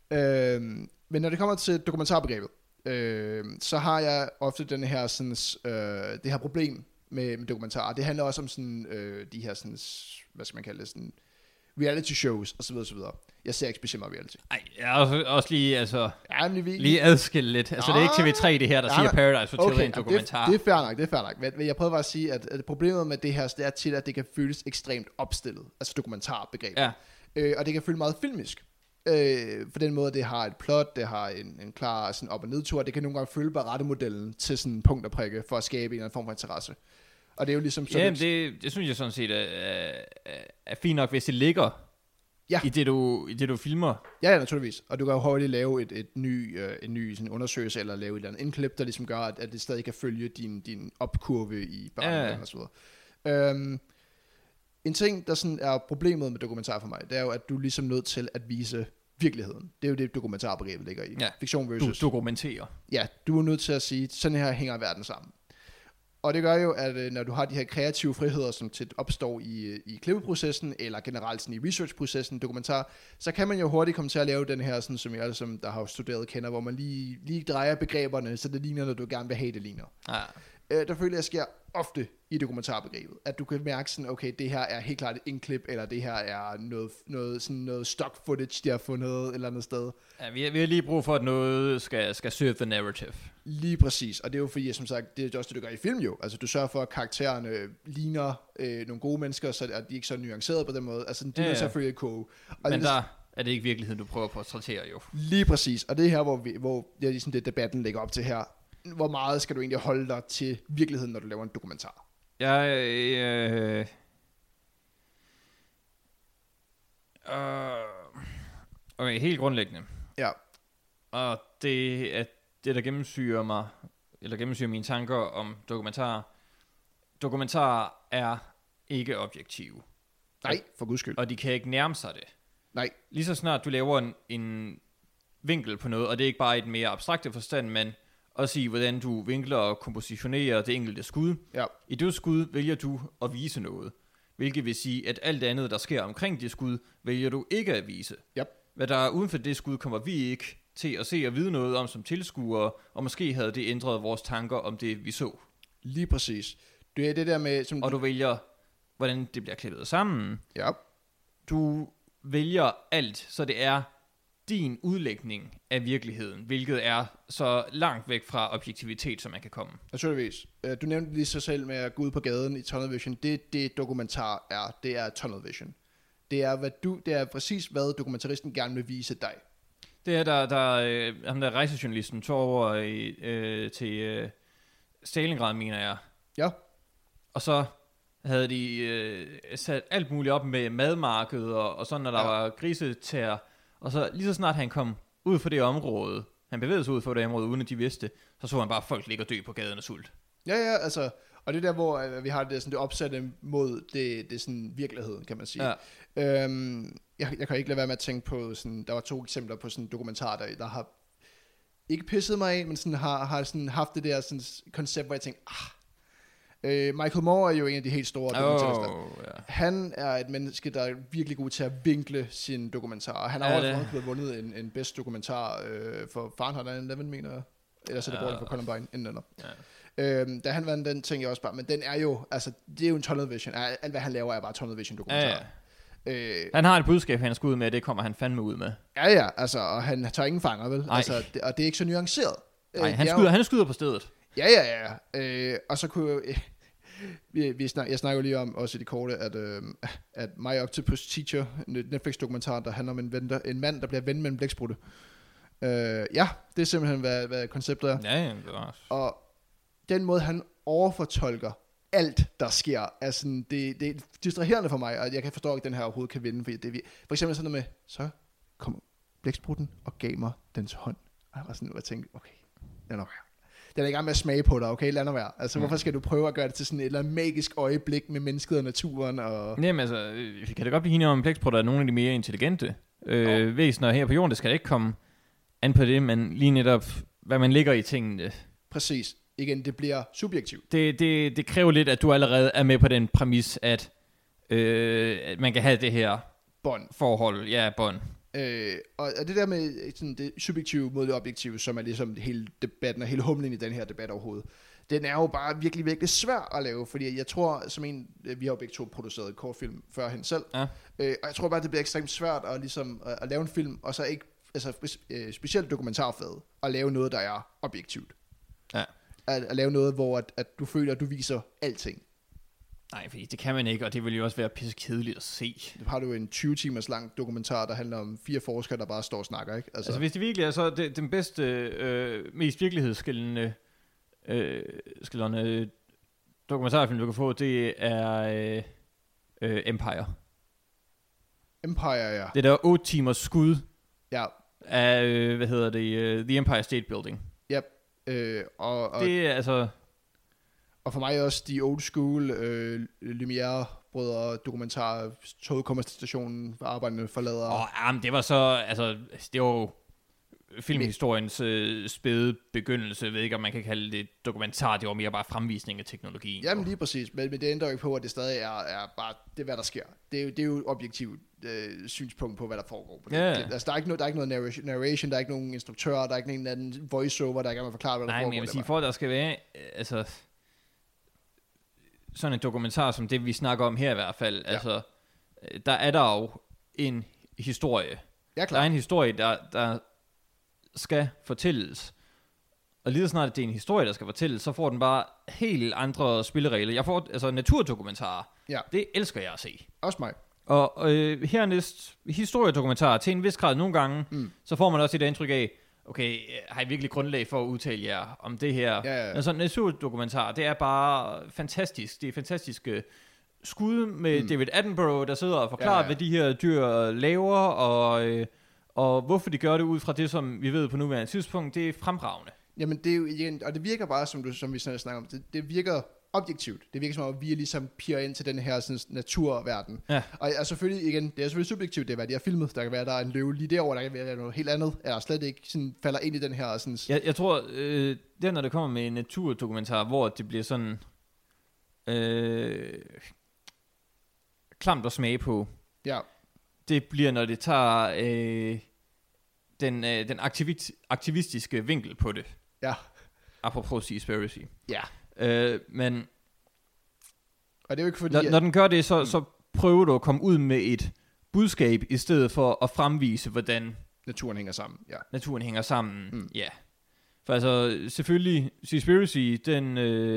Men når det kommer til dokumentarbegrebet, så har jeg ofte den her sådan, det her problem med dokumentarer. Det handler også om sådan, de her sådan, hvad skal man kalde det, sådan reality shows og så videre. Jeg ser ikke specielt meget reality. Ej, jeg også lige, altså, lige adskille lidt. Altså, det er ikke TV3 det her, der siger Paradise Hotel en dokumentar. Det er fair nok. Men jeg prøver bare at sige, at problemet med det her, det er til, at det kan føles ekstremt opstillet. Altså dokumentarbegreb. Ja. Og det kan føles meget filmisk. For den måde, det har et plot, det har en klar sådan op- og nedtur, det kan nogle gange følge bare rettemodellen til sådan en punkt og prikke, for at skabe en eller anden form for interesse. Og det er jo ligesom sådan... Ja, det synes jeg sådan set er fint nok, hvis det ligger i det du filmer. Ja, naturligvis. Og du kan jo hurtigt lave en ny sådan undersøgelse, eller lave et eller andet indklip, der ligesom gør, at det stadig kan følge din opkurve i beretningen og så videre. En ting, der sådan er problemet med dokumentar for mig, det er jo, at du er ligesom nødt til at vise virkeligheden. Det er jo det, dokumentarbegrebet ligger i. Ja. Fiktion versus... Du dokumenterer. Ja, du er nødt til at sige, sådan her hænger verden sammen. Og det gør jo, at når du har de her kreative friheder, som tit opstår i klippeprocessen, eller generelt sådan i researchprocessen, dokumentar, så kan man jo hurtigt komme til at lave den her, sådan, som jeg alle, som der har studeret kender, hvor man lige drejer begreberne, så det ligner, når du gerne vil have det ligner. Ja. Der føler jeg sker ofte i dokumentarbegrebet, at du kan mærke sådan, okay, det her er helt klart et indklip, eller det her er noget stock footage, de har fundet et eller andet sted. Ja, vi har lige brug for, at noget skal serve the narrative. Lige præcis, og det er jo fordi, som sagt, det er også det, du gør i film jo. Altså, du sørger for, at karaktererne ligner nogle gode mennesker, så at de ikke er så nuancerede på den måde. Altså, de er selvfølgelig kode. Men der er det ikke virkeligheden, du prøver på at portrættere jo. Lige præcis, og det er her, hvor det er ligesom det, debatten lægger op til her. hvor meget skal du egentlig holde dig til virkeligheden, når du laver en dokumentar? Okay, helt grundlæggende. Ja. Og det er det, der gennemsyrer mig, eller gennemsyrer mine tanker om dokumentarer. Dokumentarer er ikke objektive. Nej, for guds skyld. Og de kan ikke nærme sig det. Nej. Lige så snart du laver en vinkel på noget, og det er ikke bare et mere abstrakte forstand, men også i, hvordan du vinkler og kompositionerer det enkelte skud. Ja. I det skud vælger du at vise noget, hvilket vil sige, at alt andet, der sker omkring det skud, vælger du ikke at vise. Yep. Hvad der er uden for det skud, kommer vi ikke til at se og vide noget om som tilskuere, og måske havde det ændret vores tanker om det, vi så. Lige præcis. Det er det der med... Og du vælger, hvordan det bliver klippet sammen. Ja. Du vælger alt, så det er din udlægning af virkeligheden, hvilket er så langt væk fra objektivitet, som man kan komme. Naturligvis. Du nævnte lige så selv med at gå ud på gaden i tunnel vision. Det dokumentar er, det er tunnel vision. Det er præcis, hvad dokumentaristen gerne vil vise dig. Det er, ham der rejsejournalisten tog over til Stalingrad, mener jeg. Ja. Og så havde de sat alt muligt op med madmarked og sådan, når der var grisetær. Og så lige så snart han kom ud for det område, han bevægede sig ud for det område, uden at de vidste, så han bare folk ligge og dø på gaden af sult. Ja, altså, og det der, hvor vi har det, sådan, det opsatte mod det sådan virkeligheden, kan man sige. Ja. Jeg kan ikke lade være med at tænke på, sådan, der var 2 eksempler på sådan dokumentarer, der har ikke pisset mig af, men sådan har sådan haft det der sådan koncept, hvor jeg tænkte, Michael Moore er jo en af de helt store dokumentarister. Yeah. Han er et menneske, der er virkelig god til at vinkle sine dokumentarer. Han har også vundet en bedst dokumentar for Fahrenheit 9/11, mener jeg. Ellers er det Borgen for Columbine, inden eller. Da han vandt den, tænkte jeg også bare, men den er jo, altså, det er jo en tunnel vision. Alt hvad han laver er bare tunnel vision dokumentar. Han har et budskab, han skal ud med, og det kommer han fandme ud med. Ja, altså, og han tager ingen fanger, vel? Altså, og det er ikke så nuanceret. Nej, han skyder på stedet. Ja. Og så kunne jeg snakker jo lige om, også i det korte, at My Octopus Teacher, en Netflix-dokumentar, der handler om en mand, der bliver ven med en blæksprutte. Ja, det er simpelthen, hvad konceptet er. Ja, det var også. Og den måde, han overfortolker alt, der sker, er sådan, det er distraherende for mig, og jeg kan forstå, at den her overhovedet kan vinde, fordi det er for eksempel sådan noget med, så kom blæksprutten og gav mig dens hånd. Og jeg var sådan, og jeg tænkte, okay, den er i gang med at smage på dig, okay, lad nu være. Altså, hvorfor skal du prøve at gøre det til sådan et eller andet magisk øjeblik med mennesket og naturen? Og... Jamen altså, kan det godt blive enige om, at blæksprutter er nogle af de mere intelligente væsener her på jorden? Det skal ikke komme an på det, men lige netop, hvad man ligger i tingene. Præcis. Igen, det bliver subjektivt. Det kræver lidt, at du allerede er med på den præmis, at man kan have det her forhold. Ja, bånd. Og det der med sådan, det subjektive mod det objektive, som er ligesom hele debatten og hele humlen i den her debat overhovedet, den er jo bare virkelig, virkelig svær at lave, fordi jeg tror, vi har jo begge to produceret kortfilm førhen selv, og jeg tror bare, det bliver ekstremt svært at, ligesom, at lave en film, og så ikke, altså specielt dokumentarfaget, at lave noget, der er objektivt. Ja. At lave noget, hvor at du føler, at du viser alting. Nej, fordi det kan man ikke, og det vil jo også være pisse kedeligt at se. Nu har du en 20 timers lang dokumentar, der handler om 4 forskere, der bare står og snakker, ikke? Altså hvis det virkelig er så den bedste, mest virkelighedsskillende dokumentarfilm, du kan få, det er Empire. Empire, ja. Det der 8 timers skud af, The Empire State Building. Yep. Og det er altså... Og for mig også de old school Lumière-brødre dokumentarer, toget kommer til stationen, arbejderne forlader. Men det var så, altså, det var jo filmhistoriens spæde begyndelse. Jeg ved ikke, om man kan kalde det dokumentar, det var mere bare fremvisning af teknologi. Jamen lige præcis, men det ændrer jo ikke på, at det stadig er bare, det hvad der sker. Det er jo et objektivt synspunkt på, hvad der foregår. På det. Altså, der er ikke noget narration, der er ikke nogen instruktør, der er ikke nogen anden voiceover, der er ikke noget forklare, hvad der foregår. Nej, men jeg vil sige, for at der skal være, altså... sådan en dokumentar som det, vi snakker om her i hvert fald, altså, der er der jo en historie. Ja, der er en historie, der skal fortælles. Og lige så snart det er en historie, der skal fortælles, så får den bare helt andre spilleregler. Jeg får, altså naturdokumentarer, det elsker jeg at se. Også mig. Og hernæst historiedokumentarer til en vis grad nogle gange, så får man også et indtryk af, okay, har I virkelig grundlag for at udtale jer om det her? Ja. Altså en naturdokumentar, det er bare fantastisk. Det er fantastiske skud med David Attenborough, der sidder og forklarer, hvad de her dyr laver, og hvorfor de gør det ud fra det, som vi ved på nuværende tidspunkt. Det er fremragende. Jamen det er jo igen, og det virker bare, som vi snakker om, det virker objektivt. Det virker som om, at vi ligesom piger ind til den her sådan, naturverden. Ja. Og selvfølgelig igen, det er selvfølgelig subjektivt, det er, hvad de har filmet. Der kan være, der er en løve lige derovre, der kan være noget helt andet, eller slet ikke sådan, falder ind i den her. Sådan... Jeg tror, det når det kommer med en naturdokumentar, hvor det bliver sådan klamt at smage på, det bliver, når det tager den aktivistiske vinkel på det. Ja. Apropos Seaspiracy. Ja. Men og det er jo ikke fordi, når den gør det, så prøver du at komme ud med et budskab, i stedet for at fremvise, hvordan naturen hænger sammen. Ja. Naturen hænger sammen, ja. For altså, selvfølgelig, Seaspiracy, den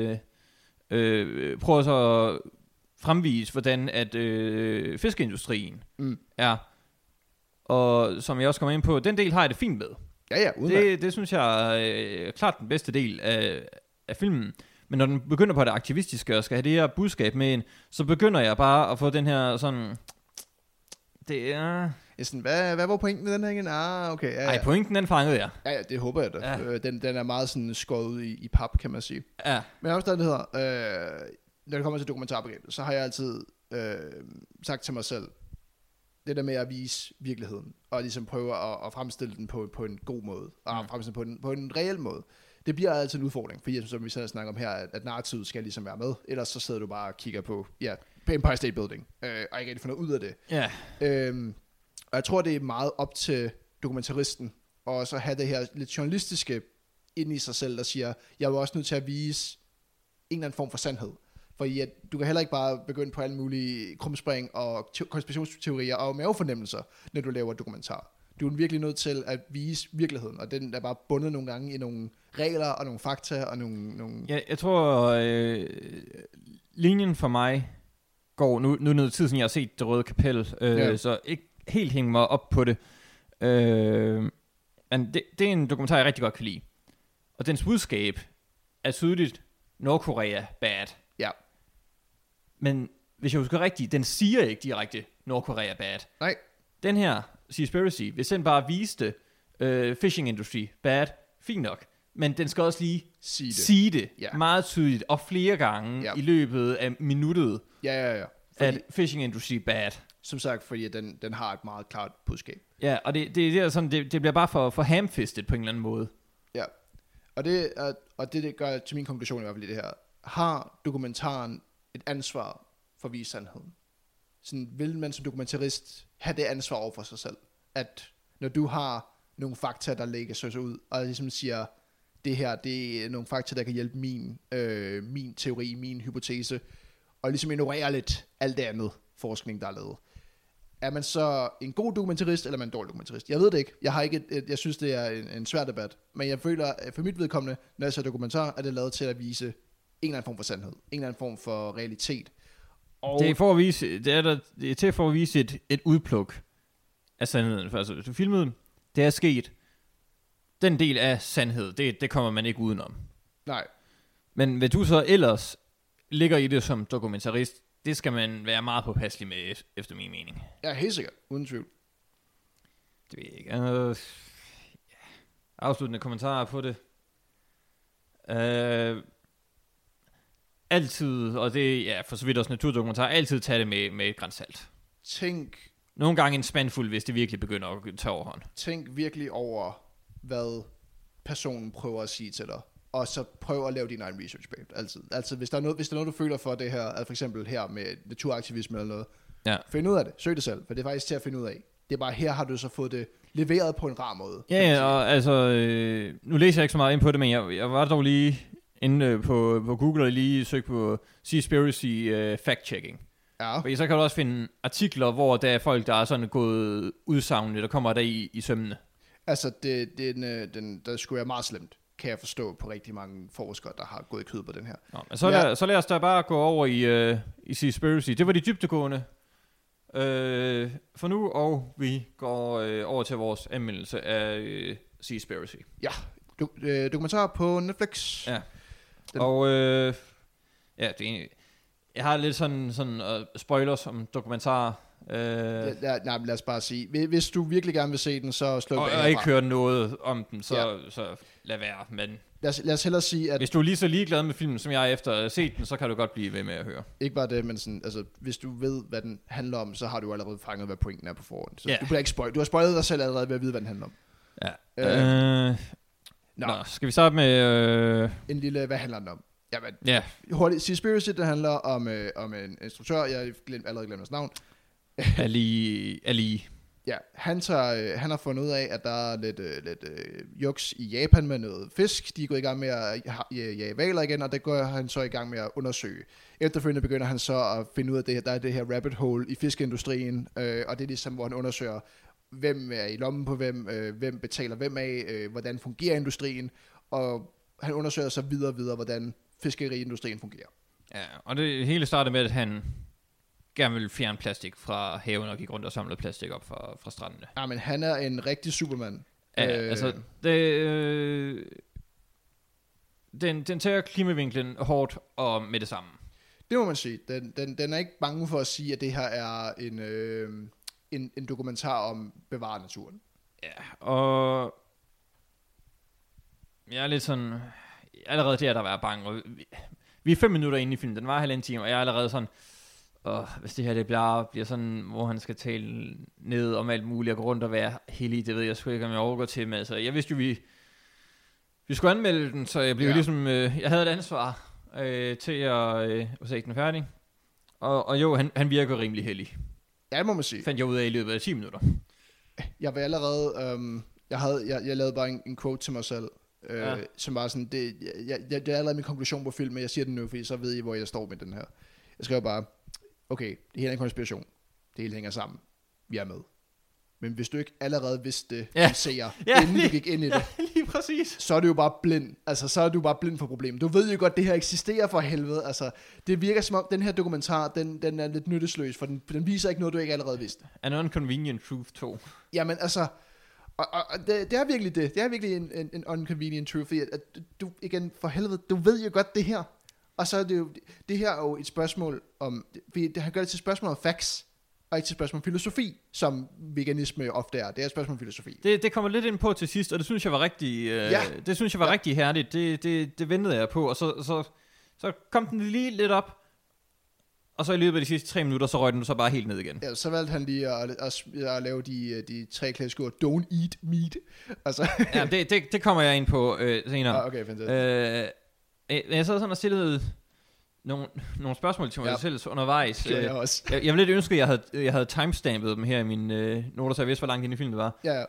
prøver så at fremvise, hvordan at fiskeindustrien er. Og som jeg også kommer ind på, den del har jeg det fint med. Ja, det synes jeg er klart den bedste del af filmen. Men når den begynder på det aktivistiske og skal have det her budskab med ind, så begynder jeg bare at få den her sådan... Det er... Sådan, hvad var pointen med den her igen? Okay. Ja. Ej, pointen den fangede jeg. Ja, det håber jeg da. Ja. Den er meget sådan skåret ud i pap, kan man sige. Ja. Men omstændigheder, når det kommer til dokumentarbegrebet, så har jeg altid sagt til mig selv, det der med at vise virkeligheden, og ligesom prøve at fremstille den på en god måde, og fremstille den på en reel måde. Det bliver altid en udfordring, fordi som vi selv snakker om her, at narrativet skal ligesom være med, ellers så sidder du bare og kigger på Empire State Building, og ikke rigtig får noget ud af det. Ja. Og jeg tror, det er meget op til dokumentaristen, og så have det her lidt journalistiske ind i sig selv, der siger, jeg er jo også nødt til at vise en eller anden form for sandhed. For du kan heller ikke bare begynde på alle mulige krumspring og konspirationsteorier og mavefornemmelser, når du laver dokumentar. Du er virkelig nødt til at vise virkeligheden, og den er bare bundet nogle gange i nogle regler og nogle fakta og nogle... Ja, jeg tror, linjen for mig går nu noget tid siden jeg har set Det Røde Kapel, så ikke helt hænge mig op på det. Men det er en dokumentar, jeg rigtig godt kan lide. Og dens budskab er tydeligt Nordkorea bad. Ja. Men hvis jeg husker rigtigt, den siger ikke direkte Nordkorea bad. Nej. Den her Seaspiracy, hvis den bare viste fishing industry bad, fint nok. Men den skal også lige sige det meget tydeligt og flere gange i løbet af minuttet. Ja. At fishing industry bad. Som sagt, fordi den har et meget klart budskab. Ja, og det er sådan, det bliver bare for hamfistet på en eller anden måde. Ja, og det gør til min konklusion i hvert fald i det her. Har dokumentaren et ansvar for at vise sandheden? Sådan, vil man som dokumentarist have det ansvar over for sig selv? At når du har nogle fakta, der lægger sig ud, og ligesom siger, det her, det er nogle fakta, der kan hjælpe min teori, min hypotese, og ligesom ignorere lidt alt det andet forskning, der er lavet. Er man så en god dokumentarist, eller er man en dårlig dokumentarist? Jeg ved det ikke. Jeg synes, det er en svær debat. Men jeg føler, for mit vedkommende, når jeg ser dokumentar, er det lavet til at vise en eller anden form for sandhed. En eller anden form for realitet. Og det er til for at vise et udpluk af sandheden. For altså, hvis du filmede, det er sket. Den del af sandhed, det kommer man ikke udenom. Nej. Men hvad du så ellers ligger i det som dokumentarist, det skal man være meget påpasselig med, efter min mening. Ja, helt sikkert. Uden tvivl. Det ved jeg ikke. Afsluttende kommentarer på det. Altid, og det er for så vidt også naturdokumentar, altid tage det med et gran salt. Nogle gange en spandfuld, hvis det virkelig begynder at tage overhånd. Tænk virkelig over, hvad personen prøver at sige til dig. Og så prøv at lave din egen research bag. Altså hvis der er noget, du føler for det her, altså for eksempel her med naturaktivisme eller noget, find ud af det. Søg det selv, for det er faktisk til at finde ud af. Det er bare, her har du så fået det leveret på en rar måde. Ja, og altså, nu læser jeg ikke så meget ind på det, men jeg var dog lige inde på Google og lige søgte på Seaspiracy fact-checking. Ja. Fordi så kan du også finde artikler, hvor der er folk, der er sådan gået udsagnende, der kommer der i sømmene. Altså, der skulle være meget slemt, kan jeg forstå på rigtig mange forskere, der har gået i kød på den her. Nå, men så lad os da bare gå over i Seaspiracy. Det var de dybdegående for nu, og vi går over til vores anmeldelse af Seaspiracy. Ja, dokumentar på Netflix. Ja, og ja, jeg har lidt sådan spoilers om dokumentarer. Nej, lad os bare sige, hvis du virkelig gerne vil se den, så sluk af herfra. Og ikke høre noget om den, så lad være. Men lad os hellere sige, at hvis du er lige så ligeglad med filmen, som jeg er efter at have set den, så kan du godt blive ved med at høre. Ikke bare det, men sådan, altså, hvis du ved, hvad den handler om, så har du allerede fanget, hvad pointen er på forhånd. Så du bliver ikke spoilet. Du har spoilet dig selv allerede ved at vide, hvad den handler om. Ja. Nå, skal vi starte med... En lille, hvad handler den om? Jamen, hurtigt. Seaspiracy, det handler om en instruktør, jeg allerede glemt hans navn. Ali. Ja, han har fundet ud af, at der er lidt juks i Japan med noget fisk. De er gået i gang med at jage hvaler igen, og det går han så i gang med at undersøge. Efterfølgende begynder han så at finde ud af, at der er det her rabbit hole i fiskeindustrien, og det er ligesom, hvor han undersøger, hvem er i lommen på hvem betaler hvem af, hvordan fungerer industrien, og han undersøger så videre, hvordan fiskeriindustrien fungerer. Ja, og det hele startede med, at han gerne vil fjerne plastik fra haven og gik rundt og samlede plastik op fra strandene. Ja, men han er en rigtig supermand. Ja, altså, den tager klimavinklen hårdt og med det samme. Det må man sige. Den er ikke bange for at sige, at det her er en dokumentar om bevare naturen. Ja, og jeg er lidt sådan, allerede der var bange. Vi er 5 minutter inde i filmen, den var 1,5 time, og jeg er allerede sådan, hvis det her det bliver sådan, hvor han skal tale ned om alt muligt og gå rundt og være heldig, det ved jeg sgu ikke, om jeg overgår til med. Så jeg vidste jo, vi skulle anmelde den, så jeg blev ligesom, jeg havde et ansvar til at se den færdig. Og jo, han virker rimelig heldig. Ja, det må man sige. Fandt jeg ud af i løbet af 10 minutter. Jeg var allerede, jeg lavede bare en quote til mig selv, som var sådan, det er allerede min konklusion på filmen, men jeg siger den nu, fordi så ved I, hvor jeg står med den her. Jeg skrev bare, okay, det hele er en konspiration. Det hele hænger sammen. Vi er med. Men hvis du ikke allerede vidste det, inden du gik ind i det, lige præcis. Så er du jo bare blind. Altså, så er du bare blind for problemet. Du ved jo godt, det her eksisterer for helvede. Altså, det virker som om, den her dokumentar, den er lidt nyttesløs, for den viser ikke noget, du ikke allerede vidste. An Inconvenient Truth 2. Jamen, altså, og det er virkelig det. Det er virkelig en inconvenient truth, fordi at du, igen, for helvede, du ved jo godt det her. Og så er det jo, det her er jo et spørgsmål om, fordi han gør det til et spørgsmål om facts, og ikke til et spørgsmål om filosofi, som veganisme ofte er. Det er et spørgsmål om filosofi. Det kommer lidt ind på til sidst, og det synes jeg var rigtig, rigtig herligt. Det ventede jeg på, og så kom den lige lidt op, og så i løbet af de sidste 3 minutter, så røg den så bare helt ned igen. Ja, så valgte han lige at lave de 3 klassiske ord, don't eat meat. Altså. Ja, det kommer jeg ind på senere. Okay, fantastisk. Jeg sad sådan og stillede nogle spørgsmål til mig selv undervejs. Jeg også. Jeg ville lidt ønske, at jeg havde timestampet dem her i mine noter, så jeg vidste, hvor langt inde i filmen det var. Ja.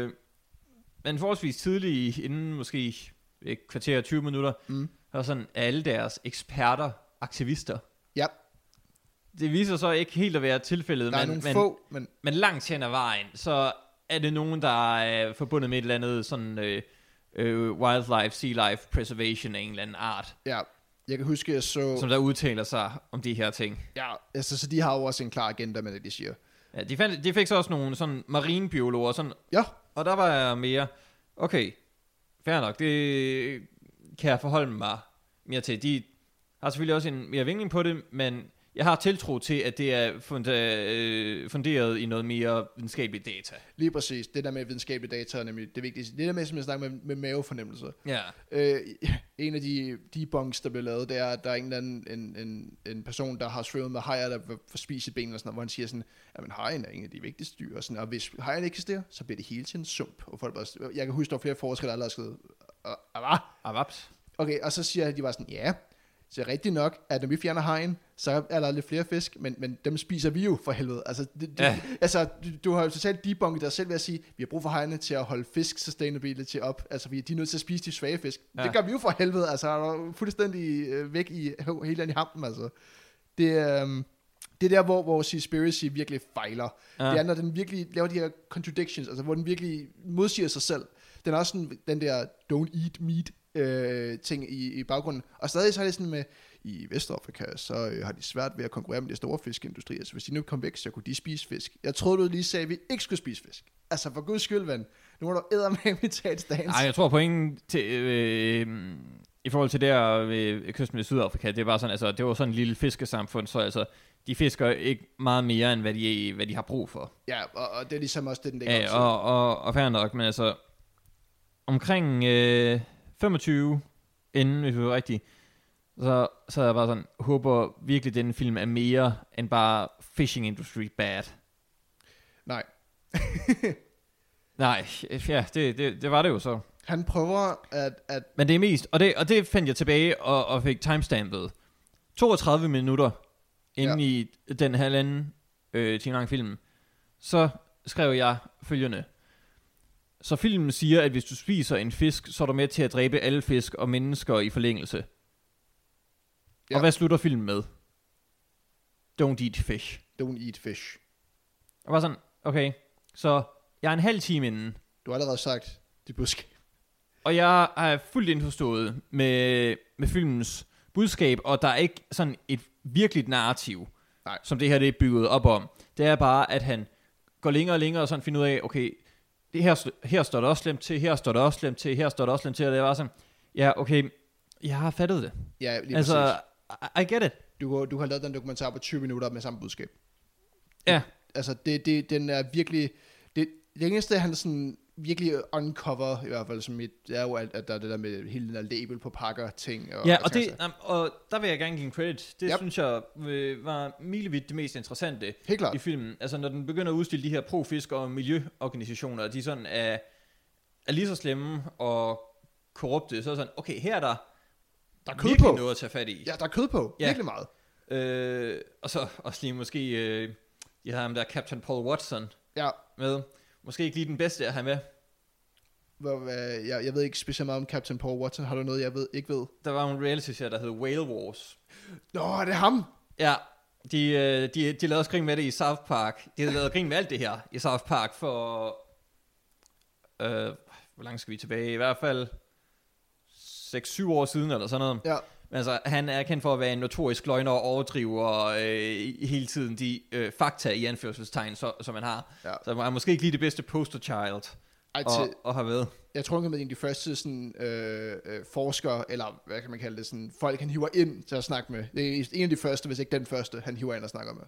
Men forholdsvis tidligt, inden måske et kvarter og 20 minutter, var sådan alle deres eksperter, aktivister. Ja. Det viser så ikke helt at være tilfældet, men langt hen ad vejen, så er det nogen, der er forbundet med et eller andet sådan wildlife, sea life preservation af en eller anden art. Ja. Jeg kan huske, jeg så... Som der udtaler sig om de her ting. Ja, altså, så de har jo også en klar agenda med det, de siger. Ja, de fik så også nogle sådan marinebiologer, sådan, ja. Og der var jeg mere, okay, fair nok, det kan jeg forholde mig mere til. De har selvfølgelig også en mere vinkling på det, men jeg har tiltro til, at det er funderet i noget mere videnskabeligt data. Lige præcis. Det der med videnskabelige data er nemlig det vigtigste. Det der med, som jeg snakker med mavefornemmelser. Ja. En af de debunks, der blev lavet, det er, at der er en person, der har svømmet med hajer, der får spist i benene, og sådan noget, hvor han siger sådan, at hajen er en af de vigtigste dyr, og, sådan, og hvis hajen ikke eksisterer, så bliver det hele til en sump. Og folk bare, jeg kan huske, der var flere forskere, der allerede skrevet, avaps. Okay, og så siger de bare sådan, ja, så er rigtigt nok, at når vi fjerner hajen, så er der lidt flere fisk, men dem spiser vi jo for helvede. Altså, altså du har jo totalt debunket dig selv ved at sige, vi har brug for hajene til at holde fisk sustainability op. Altså, de er nødt til at spise de svage fisk. Ja. Det gør vi jo for helvede. Altså, er der fuldstændig væk i hele i hampen, altså. Det er der, hvor Seaspiracy virkelig fejler. Ja. Det er, når den virkelig laver de her contradictions, altså hvor den virkelig modsiger sig selv. Den er også sådan, den der don't eat meat ting i baggrunden. Og stadig så er det sådan med, i Vestafrika, så har de svært ved at konkurrere med de store fiskeindustrier. Altså hvis de nu kom væk, så kunne de spise fisk. Jeg troede, du lige sagde, at vi ikke skulle spise fisk. Altså for guds skyld, ven. Nu må du eddermame tage et stans. Nej, jeg tror pointen til, i forhold til der kysten i Sydafrika, det er bare sådan, altså det var sådan en lille fiskesamfund, så altså de fisker ikke meget mere end hvad de har brug for. Ja, og det er ligesom også det, den ligger og fair nok, men altså omkring 25 inden, hvis det er rigtigt, så er jeg bare sådan, håber virkelig, at denne film er mere end bare fishing industry bad. Nej. Nej, ja, det var det jo så. Han prøver at... Men det er mest, og det fandt jeg tilbage og fik timestampet. 32 minutter inde i den halvanden time lang film. Så skrev jeg følgende. Så filmen siger, at hvis du spiser en fisk, så er du med til at dræbe alle fisk og mennesker i forlængelse. Ja. Og hvad slutter filmen med? Don't eat fish. Don't eat fish. Og var sådan, okay, så jeg er en halv time inden. Du har allerede sagt dit budskab. Og jeg er fuldt indforstået med filmens budskab, og der er ikke sådan et virkeligt narrativ, som det her det er bygget op om. Det er bare, at han går længere og længere og sådan finder ud af, okay, det her står der også slemt til, her står der også slemt til, her står der også slemt til, og det er bare sådan, ja, okay, jeg har fattet det. Ja, lige altså, I get it. Du har lavet den dokumentar på 20 minutter med samme budskab. Ja. Altså, den er virkelig, det eneste, han sådan virkelig uncover, i hvert fald som det er jo, at der er det der med hele den der label på pakker, ting. Og, ja, og der vil jeg gerne give en credit. Det synes jeg var milevidt det mest interessante i filmen. Altså, når den begynder at udstille de her pro-fisk- og miljøorganisationer, de sådan er lige så slemme og korrupte, så er sådan, okay, her er der kød virkelig på noget at tage fat i. Ja, der er kød på. Ja. Virkelig meget. Og så også lige måske, jeg har ham der Captain Paul Watson med. Måske ikke lige den bedste at have med. Jeg ved ikke specielt meget om Captain Paul Watson. Har du noget, jeg ikke ved? Der var en reality-serie, der hed Whale Wars. Nå, det er ham? Ja, de lavede også grin med det i South Park. De havde lavet grin med alt det her i South Park for... hvor langt skal vi tilbage? I hvert fald 6-7 år siden eller sådan noget. Ja. Men altså, han er kendt for at være en notorisk løgner og overdriver hele tiden de fakta i anførselstegn, som man har. Ja. Så han er måske ikke lige det bedste poster child at have ved. Jeg tror, han er en af de første sådan, forskere, eller hvad kan man kalde det, sådan, folk han hiver ind til at snakke med. Det er en af de første, hvis ikke den første, han hiver ind og snakker med.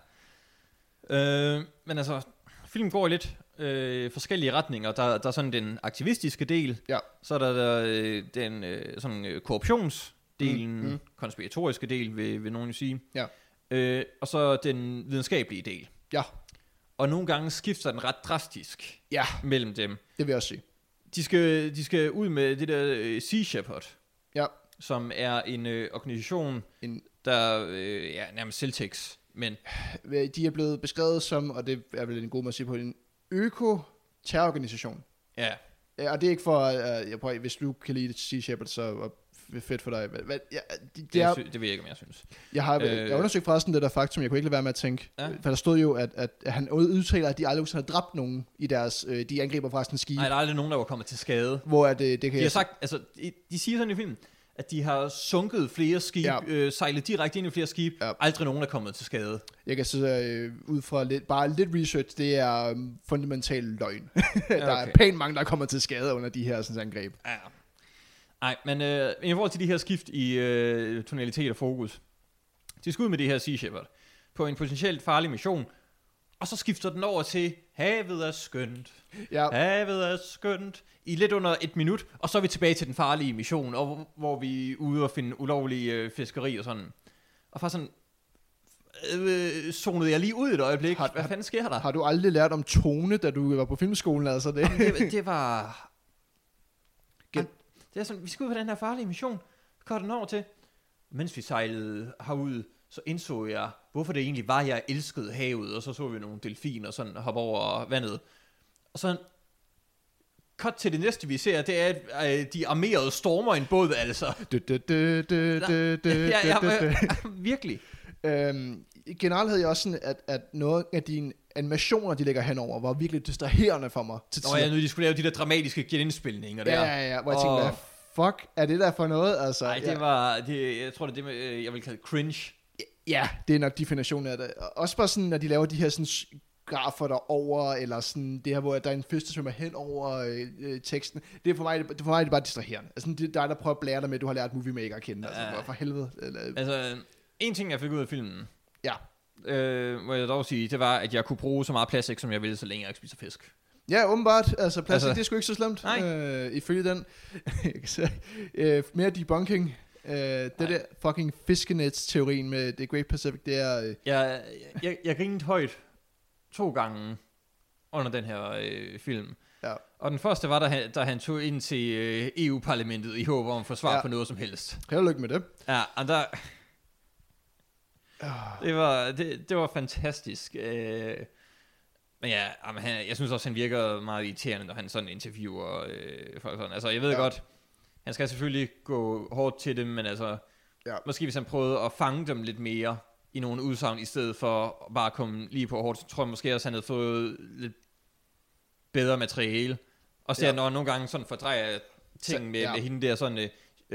Ja. Men altså, filmen går i lidt forskellige retninger. Der er sådan den aktivistiske del, så er der den sådan korruptionsdelen, konspiratoriske del, vil nogen sige. Ja. Og så den videnskabelige del. Ja. Og nogle gange skifter den ret drastisk mellem dem. Det vil jeg også sige. De skal ud med det der Sea Shepherd, som er en organisation, der nærmest selvtægts. Men de er blevet beskrevet som, og det er vel en god måde at sige på, en øko-terrororganisation. Ja. Og det er ikke for, hvis du kan lide Sea Shepherd, så fedt for dig. Det ved jeg ikke, om jeg synes. Jeg har undersøgt forresten det der faktum, jeg kunne ikke lade være med at tænke. For der stod jo, at han udtaler, at de aldrig har dræbt nogen i deres, de angriber forresten skibe. Nej, der er aldrig nogen, der var kommet til skade. Hvor er det kan de har sagt, altså, de siger sådan i filmen, at de har sunket flere skibe, sejlet direkte ind i flere skibe, aldrig nogen er kommet til skade. Jeg kan så ud fra lidt research, det er fundamental løgn. Der er pænt mange, der kommer til skade under de her sådan, angreb. Ja. Nej, men i forhold til de her skift i tonalitet og fokus, de skal ud med det her Sea Shepherd på en potentielt farlig mission, og så skifter den over til, havet er skønt, havet er skønt, i lidt under 1 minut, og så er vi tilbage til den farlige mission, og hvor vi er ude og finde ulovlige fiskeri og sådan. Og for sådan, zonede jeg lige ud et øjeblik. Hvad fanden sker der? Har du aldrig lært om tone, da du var på filmskolen? Altså det? Jamen, det var... Det er sådan, vi skal ud på den her farlige mission. Hvad den over til? Mens vi sejlede herud, så indså jeg, hvorfor det egentlig var, jeg elskede havet. Og så vi nogle delfiner sådan hoppe over vandet. Og så cut til det næste, vi ser, det er, at de armerede stormer en båd, altså. Virkelig. Generelt havde jeg også sådan, at noget af dine animationer, de lægger henover, var virkelig distraherende for mig. Nu de skulle lave de der dramatiske genindspilninger der. Ja, hvor jeg tænkte, hvad fuck er det der for noget? Altså, Nej, det var, jeg tror det er det, med, jeg vil kalde cringe. Ja, det er nok definitionen af det. Også bare sådan, når de laver de her sådan grafer derover, eller sådan det her, hvor der er en fest, der svømmer hen over teksten. Det er for mig det er bare distraherende. Altså, det er dig, der prøver at blære dig med, at du har lært Movie Maker at kende. Altså, for helvede. Altså, en ting, jeg fik ud af filmen, ja. Må jeg dog sige, det var, at jeg kunne bruge så meget plastik, som jeg ville, så længe jeg ikke spiser fisk. Ja, åbenbart. Altså, plastik, det er sgu ikke så slemt. Ifølge den. Mere debunking. Det der fucking fiskenets-teorien med The Great Pacific, det er... Jeg grinede højt 2 gange under den her film. Ja. Og den første var, da han tog ind til EU-parlamentet i håb om at få svar på noget som helst. Held og lykke med det. Ja, og der... Det var fantastisk. Men ja, jeg synes også, han virker meget irriterende, når han sådan interviewer folk sådan. Altså, jeg ved godt, han skal selvfølgelig gå hårdt til dem, men altså, måske hvis han prøvede at fange dem lidt mere i nogle udsagn, i stedet for bare at komme lige på hårdt, så tror jeg måske også, han havde fået lidt bedre materiale. Og så når nogle gange sådan fordrejer ting med hende der sådan...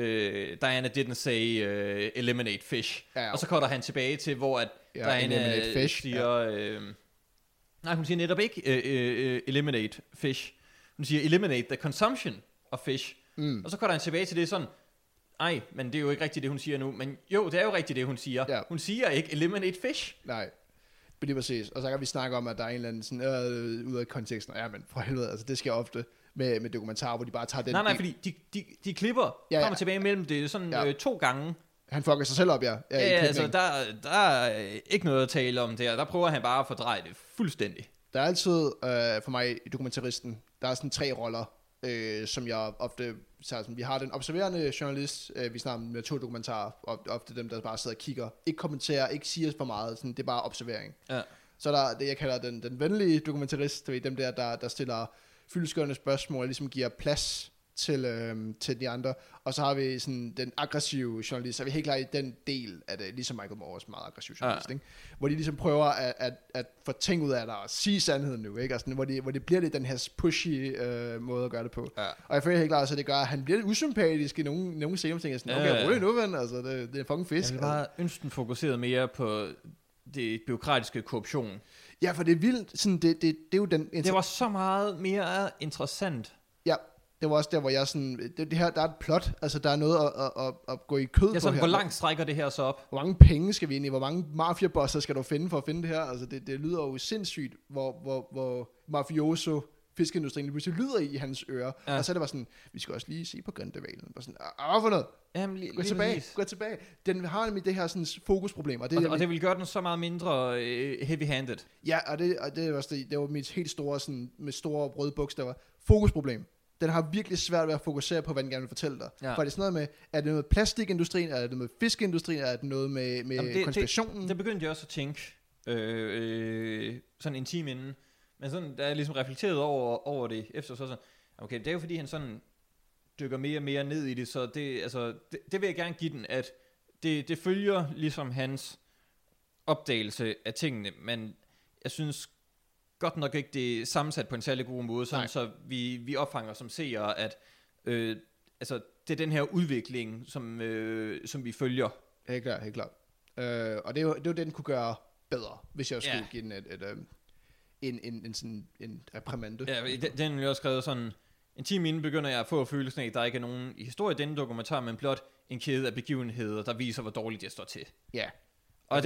Diana didn't say eliminate fish. Og så kommer han tilbage til, hvor at Diana siger... nej, hun siger netop ikke eliminate fish. Hun siger eliminate the consumption of fish. Og så kommer han tilbage til det sådan... Ej, men det er jo ikke rigtigt det, hun siger nu. Men jo, det er jo rigtigt det, hun siger. Ja. Hun siger ikke eliminate fish. Nej, det er præcis. Og så kan vi snakke om, at der er en eller anden sådan... ud af konteksten. Ja, men for helvede, altså det sker ofte... Med dokumentarer, hvor de bare tager den... Nej, fordi de klipper frem og tilbage mellem det sådan 2 gange. Han fucker sig selv op, ja altså der er ikke noget at tale om der. Der prøver han bare at fordreje det fuldstændig. Der er altid, for mig i dokumentaristen, der er sådan 3 roller, som jeg ofte tager sådan. Vi har den observerende journalist, vi snakker om naturdokumentarer, ofte dem, der bare sidder og kigger. Ikke kommenterer, ikke siger for meget, sådan, det er bare observering. Ja. Så der er det, jeg kalder den venlige dokumentarist, dem der stiller... fyldestgørende spørgsmål, ligesom giver plads til de andre. Og så har vi sådan den aggressive journalist, så er vi helt klart i den del af det, ligesom Michael Moore også meget aggressiv journalist, ikke? Hvor de ligesom prøver at få ting ud af dig og sige sandheden nu, ikke? Altså, hvor det bliver lidt den her pushy måde at gøre det på. Ja. Og jeg føler helt klart, at det gør, at han bliver lidt usympatisk i nogle scener, ting sådan, okay, rolig nu, ven, altså, det er fucking fisk. Jeg vil bare ønske den fokuseret mere på det bureaukratiske korruption. Ja, for det er vildt. Sådan, det er jo den... Det var så meget mere interessant. Ja, det var også der, hvor jeg sådan... Det her, der er et plot. Altså, der er noget at gå i kød på sådan, her. Hvor langt strækker det her så op? Hvor mange penge skal vi ind i? Hvor mange mafiabosser skal du finde for at finde det her? Altså, det lyder jo sindssygt, hvor mafioso fiskeindustrien lige pludselig lyder i hans ører. Ja. Og så er det bare sådan, vi skal også lige se på Grøntevalen. Bare sådan, hvad for noget? Jamen, gå tilbage. Den har nemlig det her sådan, fokusproblem. Og det vil gøre den så meget mindre heavy-handed. Ja, og det var også det var mit helt store, sådan, med store røde bogstaver, fokusproblem. Den har virkelig svært ved at fokusere på, hvad den gerne vil fortælle dig. Ja. For det er sådan noget med, er det noget med plastikindustrien, er det noget med fiskeindustrien, er det noget med konspirationen? Det begyndte jeg også at tænke sådan en time inden. Men sådan, der er ligesom reflekteret over det efter, så sådan, okay, det er jo fordi, han sådan dykker mere og mere ned i det, så det vil jeg gerne give den, at det følger ligesom hans opdagelse af tingene, men jeg synes godt nok ikke, det er sammensat på en særlig god måde, sådan, så vi opfanger som seere, at det er den her udvikling, som vi følger. Helt klart. Og det er jo det, den kunne gøre bedre, hvis jeg skulle give den en reprimande. Ja, den er jo også skrevet sådan, en time inden begynder jeg at få følelsen af, at der ikke er nogen historie i denne dokumentar, men blot en kæde af begivenheder, der viser, hvor dårligt det står til. Ja. Og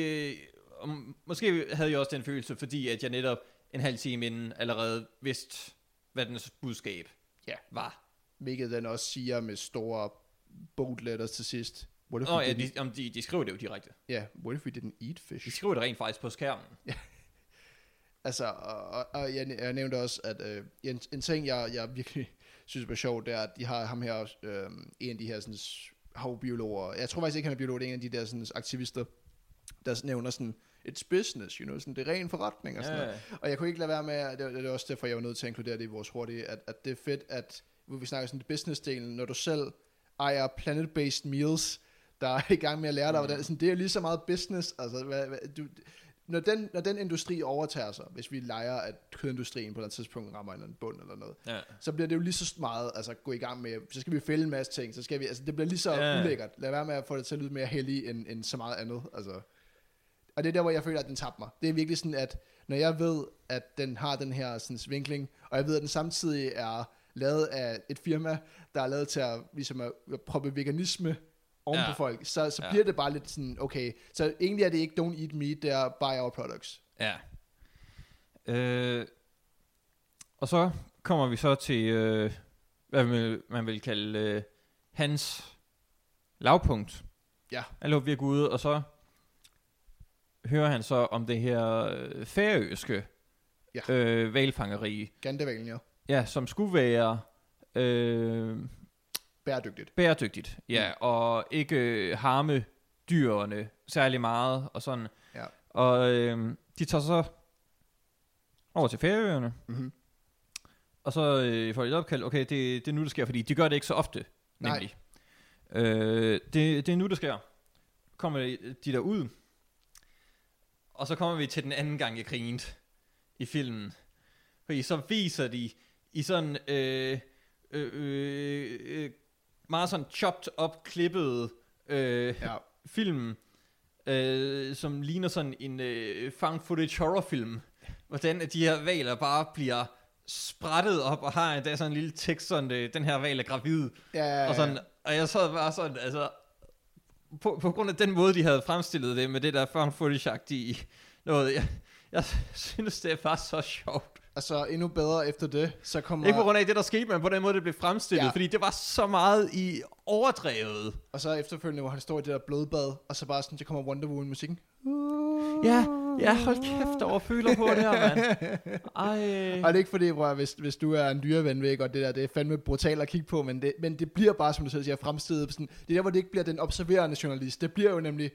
måske havde jeg også den følelse, fordi at jeg netop en halv time inden allerede vidste, hvad dens budskab var. Hvilket den også siger med store bold letters til sidst. De skriver det jo direkte. Ja, what if we didn't eat fish? De skriver det rent faktisk på skærmen. Ja. Altså, og jeg nævnte også, at en ting, jeg virkelig synes var sjovt, det er, at de har ham her, en af de her sådan, havbiologer. Jeg tror faktisk ikke, han er biolog, det er en af de der sådan, aktivister, der nævner sådan, it's business, sådan, det er ren forretning og sådan noget. Og jeg kunne ikke lade være med, det er også derfor, jeg var nødt til at inkludere det i vores hurtige, at det er fedt, at vi snakker sådan det business-delen, når du selv ejer planet-based meals, der er i gang med at lære dig, hvordan, sådan, det er lige så meget business, altså, når den industri overtager sig, hvis vi leger, at kødindustrien på et tidspunkt rammer en bund eller noget, så bliver det jo lige så meget, altså gå i gang med, så skal vi fælde en masse ting, så skal vi, altså det bliver lige så ulækkert. Lad være med at få det til at lyde mere heldig end så meget andet, altså. Og det er der, hvor jeg føler, at den tabte mig. Det er virkelig sådan, at når jeg ved, at den har den her sådan, vinkling, og jeg ved, at den samtidig er lavet af et firma, der er lavet til at, ligesom at proppe veganisme oven på folk, så bliver det bare lidt sådan, okay, så egentlig er det ikke don't eat meat, det er buy our products. Ja. Og så kommer vi så til, hvad man vil kalde hans lavpunkt. Ja. Altså vi er gået ud, og så hører han så om det her færøske hvalfangeri. Gandevalen, ja. Ja, som skulle være bæredygtigt, ja, og ikke harme dyrene særlig meget og sådan. Ja. Og de tager så over til Færøerne, og så får de et opkald, okay, det er nu, det sker, fordi de gør det ikke så ofte, nemlig. Det er nu, det sker. Kommer de der ud, og så kommer vi til den anden gang, jeg grinede i filmen. Fordi så viser de i sådan meget sådan chopped up klippet film, som ligner sådan en found footage horrorfilm, hvordan de her hvaler bare bliver sprættet op og har endda sådan en lille tekst sådan, den her hval er gravid, og sådan, og jeg sad bare sådan, altså på grund af den måde de havde fremstillet det med det der found footage-agtige noget, jeg synes det er faktisk så sjovt. Altså endnu bedre efter det, så kommer... Ikke på grund af det, der skete, men på den måde, det blev fremstillet, fordi det var så meget i overdrevet. Og så efterfølgende, hvor han står i det der blodbad, og så bare sådan, så kommer Wonder Woman-musikken. Ja, hold kæft, der føler på det her, mand. Ej. Og det er ikke fordi, bror, hvis du er en dyreven, ved godt, det er fandme brutalt at kigge på, men det bliver bare, som du selv siger, fremstillet. Sådan, det er der, hvor det ikke bliver den observerende journalist. Det bliver jo nemlig,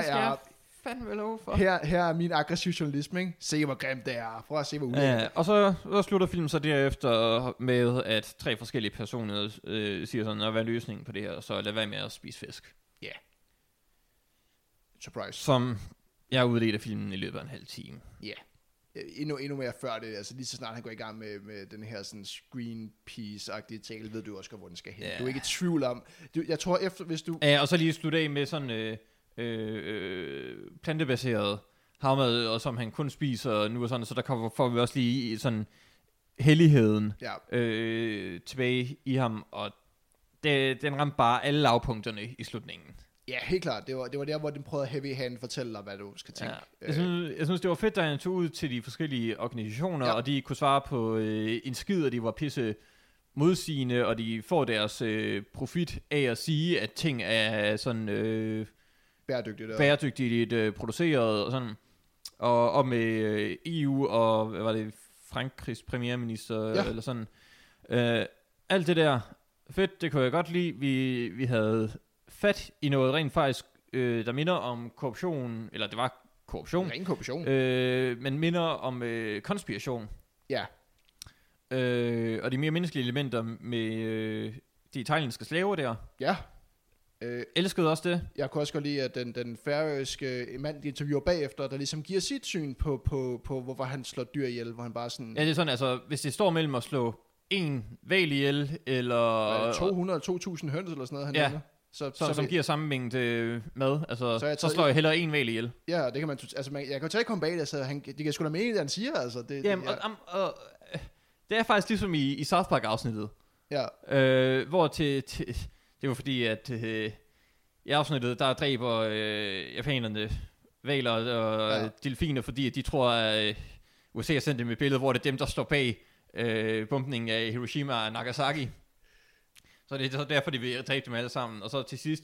her er min aggressiv journalisme, ikke? Se hvor grimt det er. Prøv at se hvor ulækkert. Ja, og så slutter filmen så derefter med, at 3 forskellige personer siger sådan, hvad er løsningen på det her, så lad være med at spise fisk. Ja. Yeah. Surprise. Som jeg udledte filmen i løbet af en halv time. Ja. Yeah. Endnu mere før det, altså lige så snart han går i gang med den her sådan Greenpeace-agtige tale, ved du også godt, hvor den skal hen. Yeah. Du er ikke i tvivl om. Jeg tror efter, hvis du... Ja, og så lige slutte af med sådan plantebaseret havmad, og som han kun spiser nu og sådan, så der får vi også lige sådan helligheden tilbage i ham, og den ramte bare alle lavpunkterne i slutningen. Ja, helt klart. Det var der, hvor den prøvede heavy hand fortælle dig, hvad du skal tænke. Ja. Jeg synes, det var fedt, da han tog ud til de forskellige organisationer, og de kunne svare på en skid, og de var pisse modsigende, og de får deres profit af at sige, at ting er sådan bæredygtigt produceret og sådan. Og med EU og hvad var det, Frankrigs premierminister eller sådan. Alt det der fedt, det kunne jeg godt lide. Vi havde fat i noget rent faktisk, der minder om korruption, eller det var korruption. Ren korruption. Men minder om konspiration. Ja. Og de mere menneskelige elementer med de italienske slaver der. Ja. Elskede også det. Jeg kunne også godt lide, at den færøske mand, de interviewer bagefter, der ligesom giver sit syn på hvorfor han slår dyr ihjel, hvor han bare sådan... Ja, det er sådan, altså, hvis det står mellem at slå en hval ihjel, eller... 200-2.000 høns, eller sådan noget, han nævner. Som giver samme mængde mad. Altså, så slår jeg hellere en hval ihjel. Ja, det kan man... Altså, jeg kan jo ikke komme bag det, altså, de kan sgu da mene, det han siger, altså. Jamen, det er faktisk ligesom i South Park-afsnittet. Ja. Hvor det var fordi, at i afsnittet, der dræber japanerne hvaler og delfiner, fordi de tror, at USA har sendt dem et billede, hvor det er dem, der står bag bombningen af Hiroshima og Nagasaki. Så det er så derfor, de vil dræbe dem alle sammen. Og så til sidst,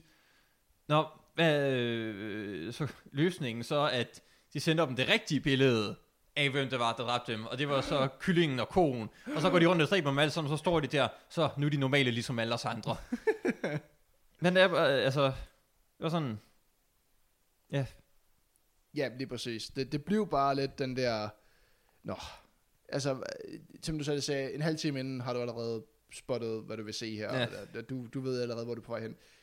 så løsningen så, at de sender dem det rigtige billede af, hvem det var, der dræbte dem. Og det var så kyllingen og koen. Og så går de rundt og dræber dem alle sammen, og så står de der, så nu er de normale ligesom alle os andre. Men det er altså, det var sådan, ja. Ja, lige præcis. Det blev bare lidt den der, altså, som du selv sagde, en halv time inden har du allerede spottet, hvad du vil se her. Ja. Du ved allerede, hvor du er på vej hen.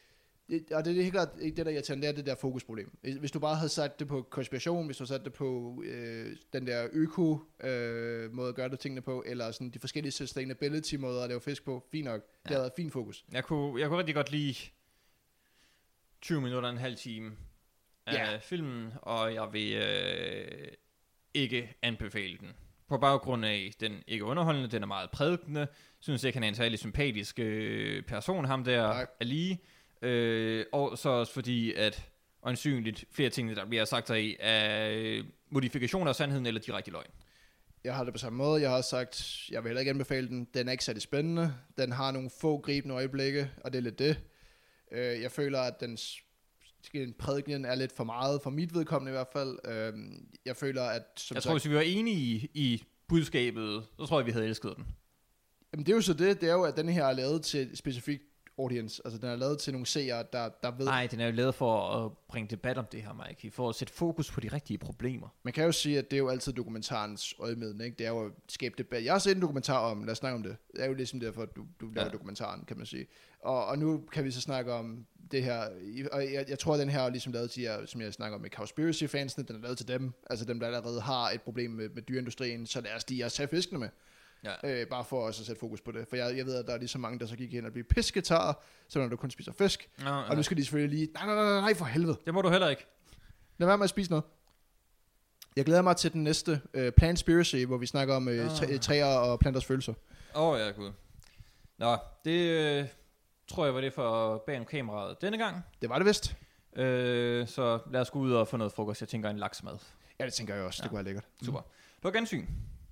Og det er helt klart ikke det, der irriterer, det er det der fokusproblem. Hvis du bare havde sat det på konspiration, hvis du havde sat det på den der måde at gøre det tingene på, eller sådan de forskellige sustainability-måder at lave fisk på, fint nok. Det havde været fint fokus. Jeg kunne rigtig godt lide 20 minutter og en halv time af filmen, og jeg vil ikke anbefale den. På baggrund af, den ikke underholdende, den er meget prædikende. Synes ikke, han er en særlig sympatisk person, ham der Ali. Og så også fordi, at øjensynligt flere ting, der bliver sagt af, er modifikationer af sandheden eller direkte løgn. Jeg har det på samme måde. Jeg har også sagt, jeg vil heller ikke anbefale den. Den er ikke særlig spændende. Den har nogle få gribende øjeblikke, og det er lidt det. Jeg føler, at den prædiken er lidt for meget, for mit vedkommende i hvert fald. Jeg føler, at... Jeg tror, hvis vi var enige i budskabet, så tror jeg, vi havde elsket den. Jamen det er jo så det er jo, at den her er lavet til specifikt audience. Altså den er lavet til nogle seere, der ved... Nej, den er jo lavet for at bringe debat om det her, Mike. For at sætte fokus på de rigtige problemer. Man kan jo sige, at det er jo altid dokumentarens øjemed, ikke? Det er jo at skabe debat. Jeg har set en dokumentar om, lad os snakke om det. Det er jo ligesom derfor, at du laver dokumentaren, kan man sige. Og nu kan vi så snakke om det her. Og jeg tror, at den her er ligesom lavet til jer, som jeg snakker om med Cowspiracy-fansene. Den er lavet til dem. Altså dem, der allerede har et problem med dyreindustrien. Så lad os de også tage fiskene med. Ja. Bare for også at sætte fokus på det. For jeg ved, at der er lige så mange, der så gik hen og blev pisketarer, så når du kun spiser fisk. Og nu skal de selvfølgelig lige, nej for helvede. Det må du heller ikke. Lad være med at spise noget. Jeg glæder mig til den næste Plantspiracy, hvor vi snakker om træer og planters følelser. Ja, gud. Nå, det tror jeg var det for bag om kameraet denne gang. Det var det vist. Så lad os gå ud og få noget frokost. Jeg tænker en laksmad. Ja, det tænker jeg også. Det kunne være lækkert. Super. Det var gensyn.